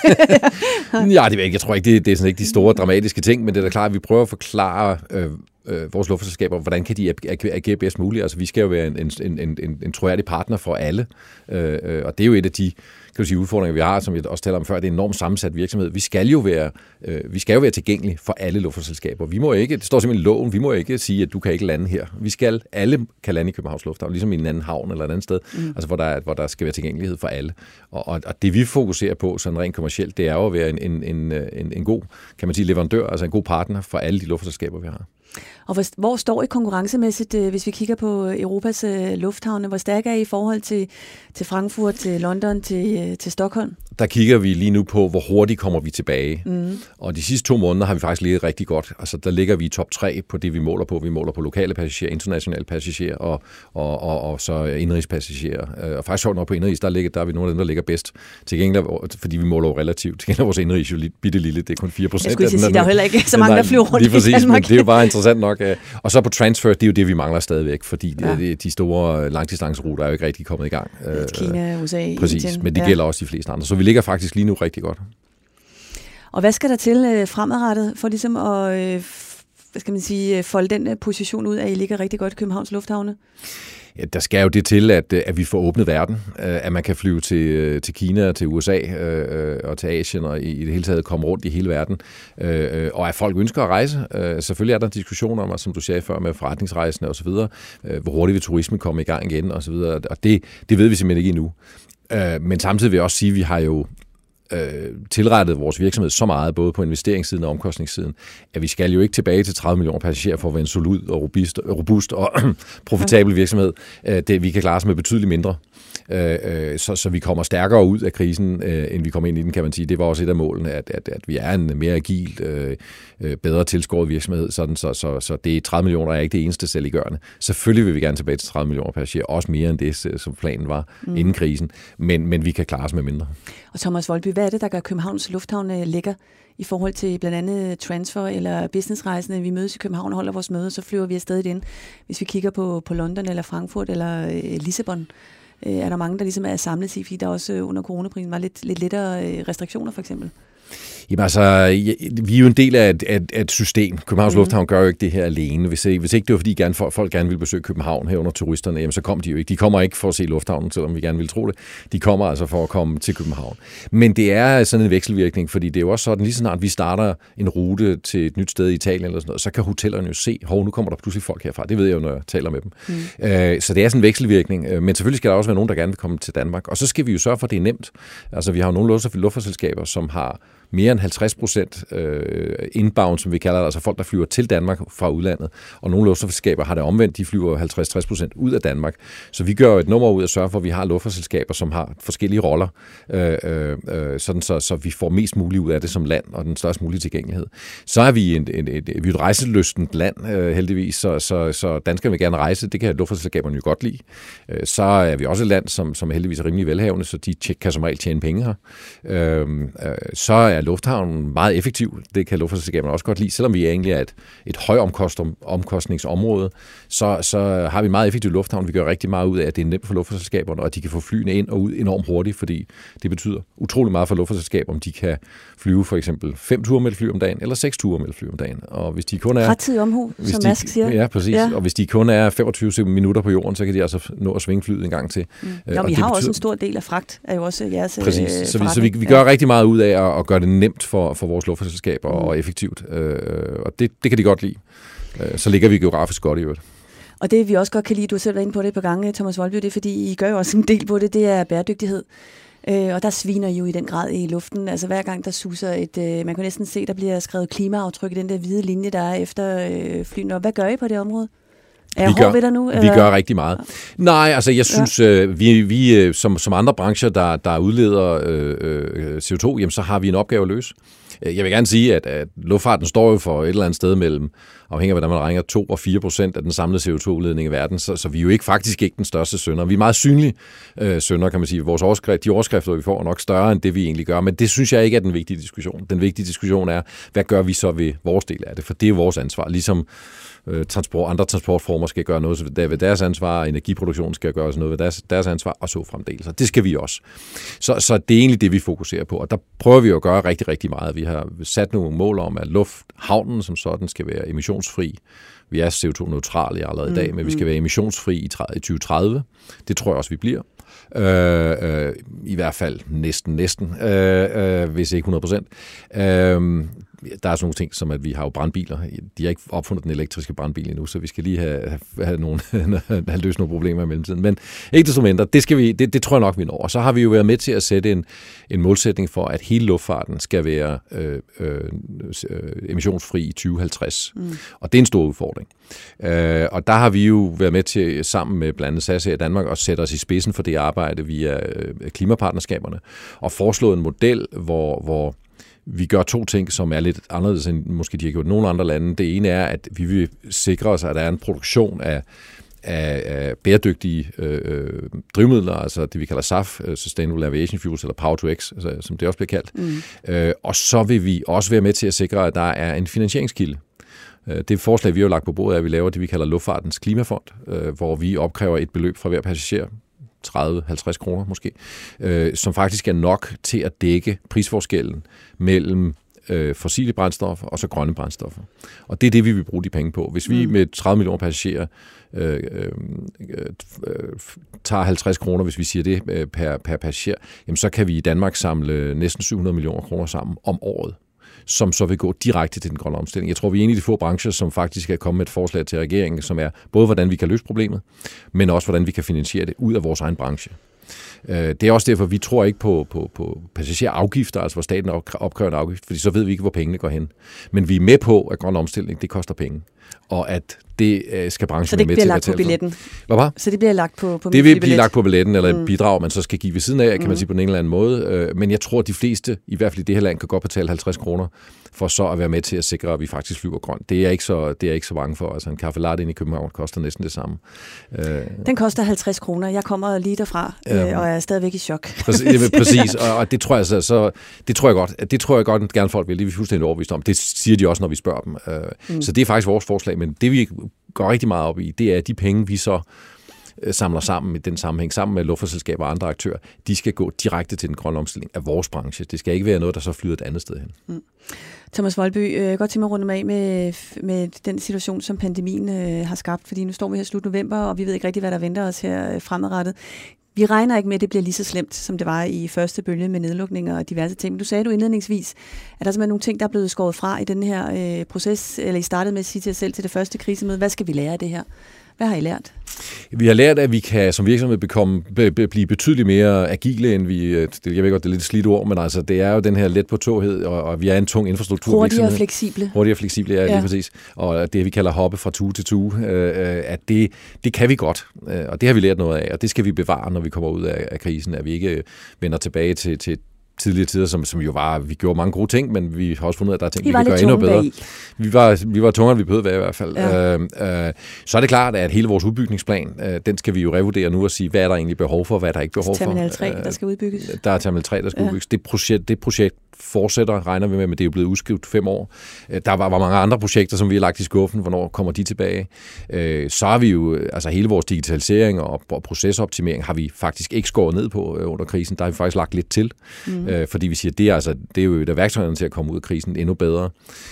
ja, det er ikke. Jeg tror ikke, det, det er sådan ikke de store dramatiske ting, men det er da klart, at vi prøver at forklare øh, øh, vores luftfartsselskaber, hvordan kan de agere bedst muligt. Altså, vi skal jo være en, en, en, en, en troværdig partner for alle, øh, og det er jo et af de kan du sige, udfordringer, vi har, som jeg også talte om før, det er en enormt sammensat virksomhed. Vi skal jo være, øh, vi skal jo være tilgængelige for alle luftfartsselskaber. Vi må ikke, det står simpelthen i loven, vi må ikke sige, at du kan ikke lande her. Vi skal, alle kan lande i Københavns Lufthavn, ligesom i en anden havn eller et andet sted, mm. altså hvor der, hvor der skal være tilgængelighed for alle. Og, og, og det vi fokuserer på, sådan rent kommercielt, det er jo at være en, en, en, en, en god, kan man sige, leverandør, altså en god partner for alle de luftfartsselskaber, vi har. Og hvor, hvor står I konkurrencemæssigt, hvis vi kigger på Europas lufthavne? Hvor stærk er I i forhold til, til Frankfurt, til London, til, til Stockholm? Der kigger vi lige nu på, hvor hurtigt kommer vi tilbage. Mm. Og de sidste to måneder har vi faktisk ligget rigtig godt. Altså, der ligger vi i top tre på det, vi måler på. Vi måler på lokale passagerer, internationale passagerer og, og, og, og så indrigspassagerer. Og faktisk sjovt nok på indrigs, der, ligger, der er vi nogle af dem, der ligger bedst. Til gengæld, fordi vi måler jo relativt. Til gengæld vores indrigs jo bitte lille, det er kun fire procent. Jeg skulle sige, der er jo heller ikke så mange, der flyver rundt lige præcis, i Danmark. Men det er jo bare interessant nok. Og så på transfer, det er jo det, vi mangler stadigvæk, fordi ja. de, de store langdistanceruter er jo ikke rigtig kommet i gang. Kina, U S A, præcis, Indien. Men det gælder ja. også de fleste andre. Så vi ligger faktisk lige nu rigtig godt. Og hvad skal der til øh, fremadrettet for ligesom at øh, hvad skal man sige, folde den position ud, at I ligger rigtig godt i Københavns Lufthavne? Ja, der skal jo det til, at, at vi får åbnet verden, at man kan flyve til, til Kina, til U S A øh, og til Asien og i, i det hele taget komme rundt i hele verden. Øh, og at folk ønsker at rejse. Øh, selvfølgelig er der diskussioner om, som du sagde før, med forretningsrejsende osv., øh, hvor hurtigt vil turismen komme i gang igen osv., og det, det ved vi simpelthen ikke endnu. Øh, men samtidig vil jeg også sige, at vi har jo tilrettet vores virksomhed så meget, både på investeringssiden og omkostningssiden, at vi skal jo ikke tilbage til tredive millioner passagerer for at være en solid og robust, robust og profitabel virksomhed. Det, vi kan klare os med betydeligt mindre. Så, så vi kommer stærkere ud af krisen, end vi kom ind i den, kan man sige. Det var også et af målene, at, at, at vi er en mere agil, bedre tilskåret virksomhed. Sådan, så, så, så det tredive millioner er ikke det eneste saliggørende. Selvfølgelig vil vi gerne tilbage til tredive millioner passagerer, også mere end det, som planen var mm. inden krisen. Men, men vi kan klare os med mindre. Og Thomas Voldby, hvad er det, der gør Københavns Lufthavn lækker i forhold til blandt andet transfer eller businessrejsende? Vi mødes i København og holder vores møde, så flyver vi afsted igen. Hvis vi kigger på, på London eller Frankfurt eller øh, Lissabon, øh, er der mange, der ligesom er samlet i, fordi der også under coronaprisen var lidt, lidt lettere restriktioner for eksempel. Jamen altså, vi er jo en del af et, af et system. Københavns mm. Lufthavn gør jo ikke det her alene. Hvis ikke, hvis ikke det var, fordi gerne, folk gerne ville besøge København herunder turisterne, jamen så kom de jo ikke. De kommer ikke for at se lufthavnen, selvom vi gerne vil tro det. De kommer altså for at komme til København. Men det er sådan en vekselvirkning, fordi det er jo også sådan, lige så snart vi starter en rute til et nyt sted i Italien eller sådan noget, så kan hotellerne jo se, hov, nu kommer der pludselig folk herfra. Det ved jeg jo, når jeg taler med dem. Mm. Øh, så det er sådan en vekselvirkning. Men selvfølgelig skal der også være nogen, der gerne vil komme til Danmark. Og så skal vi jo sørge for, at det er nemt. Altså, vi har jo nogle luftfartsselskaber, som har mere end halvtreds procent øh, inbound, som vi kalder det, altså folk, der flyver til Danmark fra udlandet. Og nogle luftfartsselskaber har det omvendt, de flyver halvtreds til tres procent ud af Danmark. Så vi gør jo et nummer ud at sørge for, at vi har luftfartsselskaber, som har forskellige roller, øh, øh, sådan så, så vi får mest muligt ud af det som land, og den største mulige tilgængelighed. Så er vi en, en, et, vi et rejselystent land, øh, heldigvis, så, så, så danskerne vil gerne rejse, det kan luftfartsselskaberne jo godt lide. Øh, så er vi også et land, som, som heldigvis er rimelig velhavende, så de kan som regel tjene penge her. Øh, øh, så er lufthavnen meget effektiv. Det kan luftfartsselskaberne også godt lide. Selvom vi egentlig er et, et højomkostningsområde, så, så har vi meget effektiv lufthavn. Vi gør rigtig meget ud af, at det er nemt for luftfartsselskaberne, og at de kan få flyene ind og ud enormt hurtigt, fordi det betyder utrolig meget for luftfartsselskaber, om de kan flyve for eksempel fem ture med et fly om dagen, eller seks ture med et fly om dagen. Og hvis de kun er... Rettidig omhu, som de, Mask siger. Ja, præcis. Ja. Og hvis de kun er femogtyve minutter på jorden, så kan de altså nå at svinge flyet en gang til. Mm. Nå, vi har betyder... også en stor del af fragt, er jo også jeres præcis. Så vi, så vi, vi gør ja. rigtig meget ud af at, at gøre det nemt for, for vores luftfartsselskaber mm. og effektivt. Øh, og det, det kan de godt lide. Øh, så ligger vi geografisk godt i øvrigt. Og det vi også godt kan lide, du har selv været inde på det et par gange, Thomas Voldby, det er fordi, I gør jo også en del på det, det er bæredygtighed. Øh, og der sviner I jo i den grad i luften. Altså hver gang der suser et, øh, man kan næsten se, der bliver skrevet klimaaftryk i den der hvide linje, der er efter øh, flyene. Og hvad gør I på det område? Er vi gør, ved dig nu, vi gør rigtig meget. Nej, altså jeg synes, ja. øh, vi, vi som, som andre brancher, der, der udleder øh, C O to, jamen, så har vi en opgave at løse. Jeg vil gerne sige, at, at luftfarten står jo for et eller andet sted mellem, afhængig af hvordan man regner, to og fire procent af den samlede C O to udledning i verden, så, så vi er jo ikke faktisk ikke den største synder. Vi er meget synlige øh, synder, kan man sige. Vores overskrift, de overskrifter, vi får, er nok større end det, vi egentlig gør, men det synes jeg ikke er den vigtige diskussion. Den vigtige diskussion er, hvad gør vi så ved vores del af det? For det er vores ansvar. Ligesom transport, andre transportformer skal gøre noget ved deres ansvar, energiproduktion skal gøre noget ved deres, deres ansvar, og så fremdeles. Det skal vi også. Så, så det er egentlig det, vi fokuserer på, og der prøver vi at gøre rigtig, rigtig meget. Vi har sat nogle mål om, at lufthavnen som sådan skal være emissionsfri. Vi er C O to neutrale allerede i dag, mm, men vi skal være emissionsfri i tyve tredive. Det tror jeg også, vi bliver. Øh, øh, I hvert fald næsten, næsten, øh, øh, hvis ikke hundrede procent. Øh, Der er sådan nogle ting, som at vi har jo brandbiler. De har ikke opfundet den elektriske brandbil endnu, så vi skal lige have, have, have, nogle, have løst nogle problemer i mellemtiden. Men ikke desto mindre, det, skal vi, det, det tror jeg nok, vi når. Og så har vi jo været med til at sætte en, en målsætning for, at hele luftfarten skal være øh, øh, emissionsfri i tyve halvtreds. Mm. Og det er en stor udfordring. Øh, og der har vi jo været med til, sammen med blandt andet S A S i Danmark, at sætte os i spidsen for det arbejde via øh, klimapartnerskaberne, og foreslået en model, hvor, hvor vi gør to ting, som er lidt anderledes end måske de har gjort nogle andre lande. Det ene er, at vi vil sikre os, at der er en produktion af, af, af bæredygtige øh, drivmidler, altså det vi kalder S A F, Sustainable Aviation Fuels, eller Power to X, altså, som det også bliver kaldt. Mm. Øh, og så vil vi også være med til at sikre, at der er en finansieringskilde. Det forslag, vi har lagt på bordet, er, at vi laver det, vi kalder Luftfartens Klimafond, øh, hvor vi opkræver et beløb fra hver passager, tredive til halvtreds kroner måske, øh, som faktisk er nok til at dække prisforskellen mellem øh, fossile brændstoffer og så grønne brændstoffer. Og det er det, vi vil bruge de penge på. Hvis vi mm. med tredive millioner passagerer øh, øh, øh, tager halvtreds kroner, hvis vi siger det, øh, per, per passager, jamen så kan vi i Danmark samle næsten syv hundrede millioner kroner sammen om året, som så vil gå direkte til den grønne omstilling. Jeg tror, vi er en af de få brancher, som faktisk er kommet med et forslag til regeringen, som er både, hvordan vi kan løse problemet, men også, hvordan vi kan finansiere det ud af vores egen branche. Det er også derfor, vi tror ikke på, på, på passagerafgifter, altså hvor staten opkræver en afgift, fordi så ved vi ikke, hvor pengene går hen. Men vi er med på, at grøn omstilling, det koster penge, og at det skal branchen være med til at betale. Så det bliver lagt på billetten? Hvad var? Så det bliver lagt på, på Det vil blive lagt på billetten, eller et mm. bidrag, man så skal give ved siden af, kan man mm. sige på en eller anden måde. Men jeg tror, at de fleste, i hvert fald i det her land, kan godt betale halvtreds kroner for så at være med til at sikre, at vi faktisk flyver grønt. Det er jeg ikke så, det er jeg ikke så bange for. Altså en kaffe latte inde i København koster næsten det samme. Den koster halvtreds kroner. Jeg kommer lige derfra, ja. øh, og er stadigvæk i chok. Præcis, præcis. Og, og det tror jeg så, så det tror jeg godt. Det tror jeg godt, at gerne folk vil. Det er vi fuldstændig overbevist om. Det siger de også, når vi spørger dem. Mm. Så det er faktisk vores forslag, men det vi går rigtig meget op i, det er de penge, vi så samler sammen i den sammenhæng, sammen med luftfartsselskaber og andre aktører, de skal gå direkte til den grønne omstilling af vores branche. Det skal ikke være noget, der så flyder et andet sted hen. Mm. Thomas Voldby, øh, godt til mig at runde mig af med, med den situation, som pandemien øh, har skabt, fordi nu står vi her slut november, og vi ved ikke rigtig, hvad der venter os her øh, fremadrettet. Vi regner ikke med, at det bliver lige så slemt, som det var i første bølge med nedlukninger og diverse ting. Du sagde du indledningsvis, at der er simpelthen nogle ting, der er blevet skåret fra i den her øh, proces, eller I startede med at sige til jer selv til det første krisemøde. Hvad skal vi lære af det her? Hvad har I lært? Vi har lært, at vi kan som virksomhed bekomme, be, be, blive betydeligt mere agile, end vi... Det, jeg ved godt, det er lidt slidt ord, men altså, det er jo den her let på toghed, og, og vi er en tung infrastruktur. Hurtigere og fleksible. Hurtigere og fleksible, ja, ja. Lige præcis. Og det, vi kalder hoppe fra tue til tue, øh, at det, det kan vi godt, og det har vi lært noget af, og det skal vi bevare, når vi kommer ud af, af krisen, at vi ikke vender tilbage til... til tidligere tider, som, som jo var, vi gjorde mange gode ting, men vi har også fundet ud af, at der er ting, vi, vi kan gøre endnu bedre. Vi var, vi var tungere, end vi behøvede være i hvert fald. Ja. Øh, øh, så er det klart, at hele vores udbygningsplan, øh, den skal vi jo revurdere nu og sige, hvad er der egentlig behov for, hvad er der ikke behov for. Terminal tre, der skal udbygges. Der er Terminal tre, der skal ja. udbygges. Det projekt, det projekt fortsætter, regner vi med, men det er jo blevet udskrivet fem år. Der var, var mange andre projekter, som vi har lagt i skuffen. Hvornår kommer de tilbage? Øh, så har vi jo, altså hele vores digitalisering og, og procesoptimering har vi faktisk ikke skåret ned på øh, under krisen. Der har vi faktisk lagt lidt til, mm. øh, fordi vi siger, det er, altså, det er jo et af værktøjerne til at komme ud af krisen endnu bedre.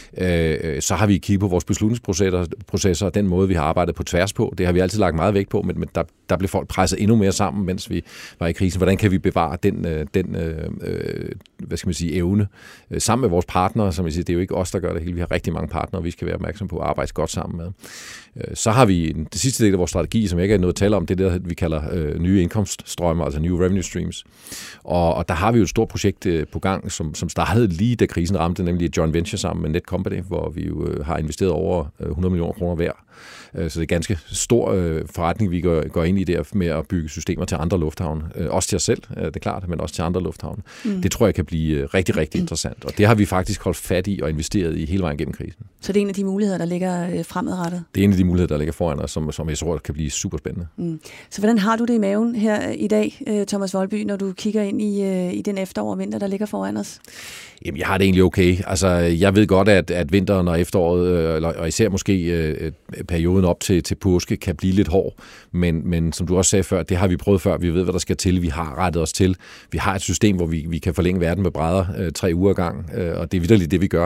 Øh, så har vi kigget på vores beslutningsprocesser, processer, og den måde, vi har arbejdet på tværs på. Det har vi altid lagt meget vægt på, men, men der, der blev folk presset endnu mere sammen, mens vi var i krisen. Hvordan kan vi bevare den, den øh, hvad skal man sige, evne sammen med vores partnere, som jeg siger, det er jo ikke os, der gør det hele. Vi har rigtig mange partnere, vi skal være opmærksom på at arbejde godt sammen med. Så har vi det sidste del af vores strategi, som jeg ikke har noget at tale om, det er det, vi kalder øh, nye indkomststrømmer, altså new revenue streams. Og, og der har vi jo et stort projekt øh, på gang, som, som startede lige da krisen ramte, nemlig et joint venture sammen med Netcompany, hvor vi jo øh, har investeret over hundrede millioner kroner hver. Så det er en ganske stor øh, forretning, vi går, går ind i der med at bygge systemer til andre lufthavne. Øh, også til os selv, øh, det er klart, men også til andre lufthavne. Mm. Det tror jeg kan blive øh, rigtig, rigtig mm. interessant. Og det har vi faktisk holdt fat i og investeret i hele vejen gennem krisen. Så det er en af de muligheder, der ligger øh, fremadrettet? Det er en af de muligheder, der ligger foran os, som, som jeg tror kan blive super spændende. Mm. Så hvordan har du det i maven her i dag, Thomas Voldby, når du kigger ind i, øh, i den efterår og vinter, der ligger foran os? Jamen, jeg har det egentlig okay. Altså, jeg ved godt, at, at vinteren og efteråret, øh, og især måske øh, perioden op til, til påske, kan blive lidt hård. Men, men som du også sagde før, det har vi prøvet før. Vi ved, hvad der skal til. Vi har rettet os til. Vi har et system, hvor vi, vi kan forlænge verden med brædder øh, tre uger gang, øh, og det er vitterligt det, vi gør.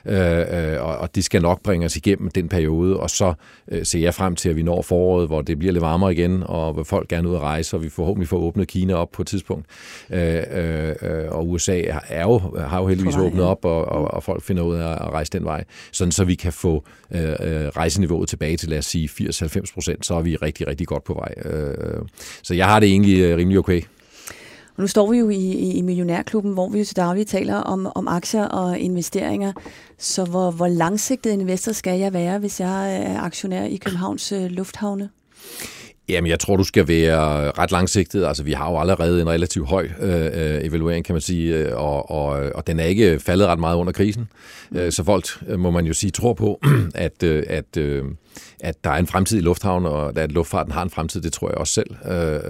Øh, øh, og, og det skal nok bringe os igennem den periode, og så øh, ser jeg frem til, at vi når foråret, hvor det bliver lidt varmere igen, og hvor folk gerne ud at rejse, og vi forhåbentlig får åbnet Kina op på et tidspunkt. Øh, øh, og U S A er jo, har jo heldigvis vej, åbnet op, og, og, og folk finder ud af at rejse den vej, sådan så vi kan få øh, rejseniveauet tilbage til, lad os sige, firs til halvfems procent, så er vi rigtig, rigtig godt på vej. Øh, så jeg har det egentlig rimelig okay. Og nu står vi jo i, i Millionærklubben, hvor vi jo til daglig taler om, om aktier og investeringer. Så hvor, hvor langsigtet investor skal jeg være, hvis jeg er aktionær i Københavns øh, Lufthavne? Jamen, jeg tror, du skal være ret langsigtet. Altså, vi har jo allerede en relativt høj øh, evaluering, kan man sige, og, og, og den er ikke faldet ret meget under krisen. Mm. Så folk, må man jo sige, tror på, at, at, at der er en fremtid i lufthavn, og at luftfarten har en fremtid, det tror jeg også selv.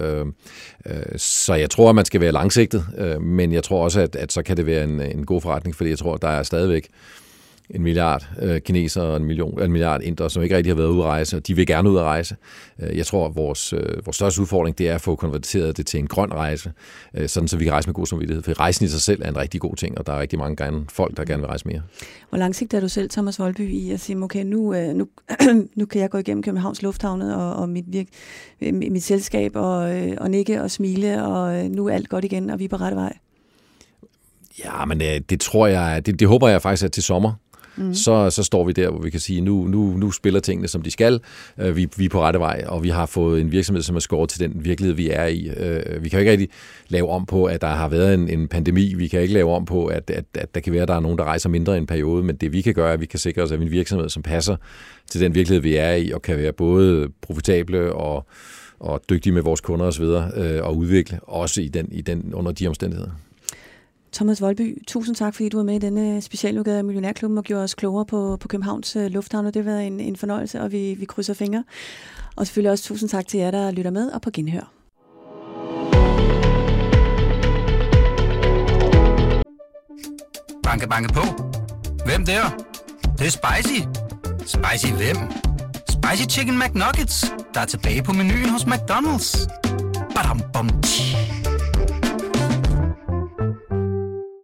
Så jeg tror, at man skal være langsigtet, men jeg tror også, at, at så kan det være en, en god forretning, fordi jeg tror, at der er stadigvæk en milliard øh, kinesere og en, million, en milliard indere, som ikke rigtig har været ude at rejse, og de vil gerne ud at rejse. Jeg tror, at vores, øh, vores største udfordring, det er at få konverteret det til en grøn rejse, øh, sådan så vi kan rejse med god samvittighed. For rejsen i sig selv er en rigtig god ting, og der er rigtig mange gerne, folk, der gerne vil rejse mere. Hvor langsigtet er du selv, Thomas Voldby, i at sige, okay, nu, øh, nu, nu kan jeg gå igennem Københavns Lufthavne og, og mit, virk, mit selskab og, øh, og nikke og smile, og øh, nu er alt godt igen, og vi er på rette vej? Ja, men det, det tror jeg, det, det håber jeg faktisk, at til sommer, mm. så, så står vi der, hvor vi kan sige, nu, nu, nu spiller tingene, som de skal. Vi, vi er på rette vej, og vi har fået en virksomhed, som er skåret til den virkelighed, vi er i. Vi kan jo ikke rigtig lave om på, at der har været en, en pandemi. Vi kan ikke lave om på, at, at, at der kan være, at der er nogen, der rejser mindre i en periode, men det vi kan gøre, er, at vi kan sikre os, at vi er en virksomhed, som passer til den virkelighed, vi er i, og kan være både profitable og, og dygtige med vores kunder osv., og udvikle også i den, i den, under de omstændigheder. Thomas Voldby, tusind tak, fordi du var med i denne specialudgave af Millionærklubben og gjorde os klogere på, på Københavns uh, Lufthavn, og det har været en, en fornøjelse, og vi, vi krydser fingre. Og selvfølgelig også tusind tak til jer, der lytter med, og på genhør. Banke, banke på. Hvem der? Det, det er spicy. Spicy hvem? Spicy Chicken McNuggets, der er tilbage på menuen hos McDonald's. Badum, bom, tji.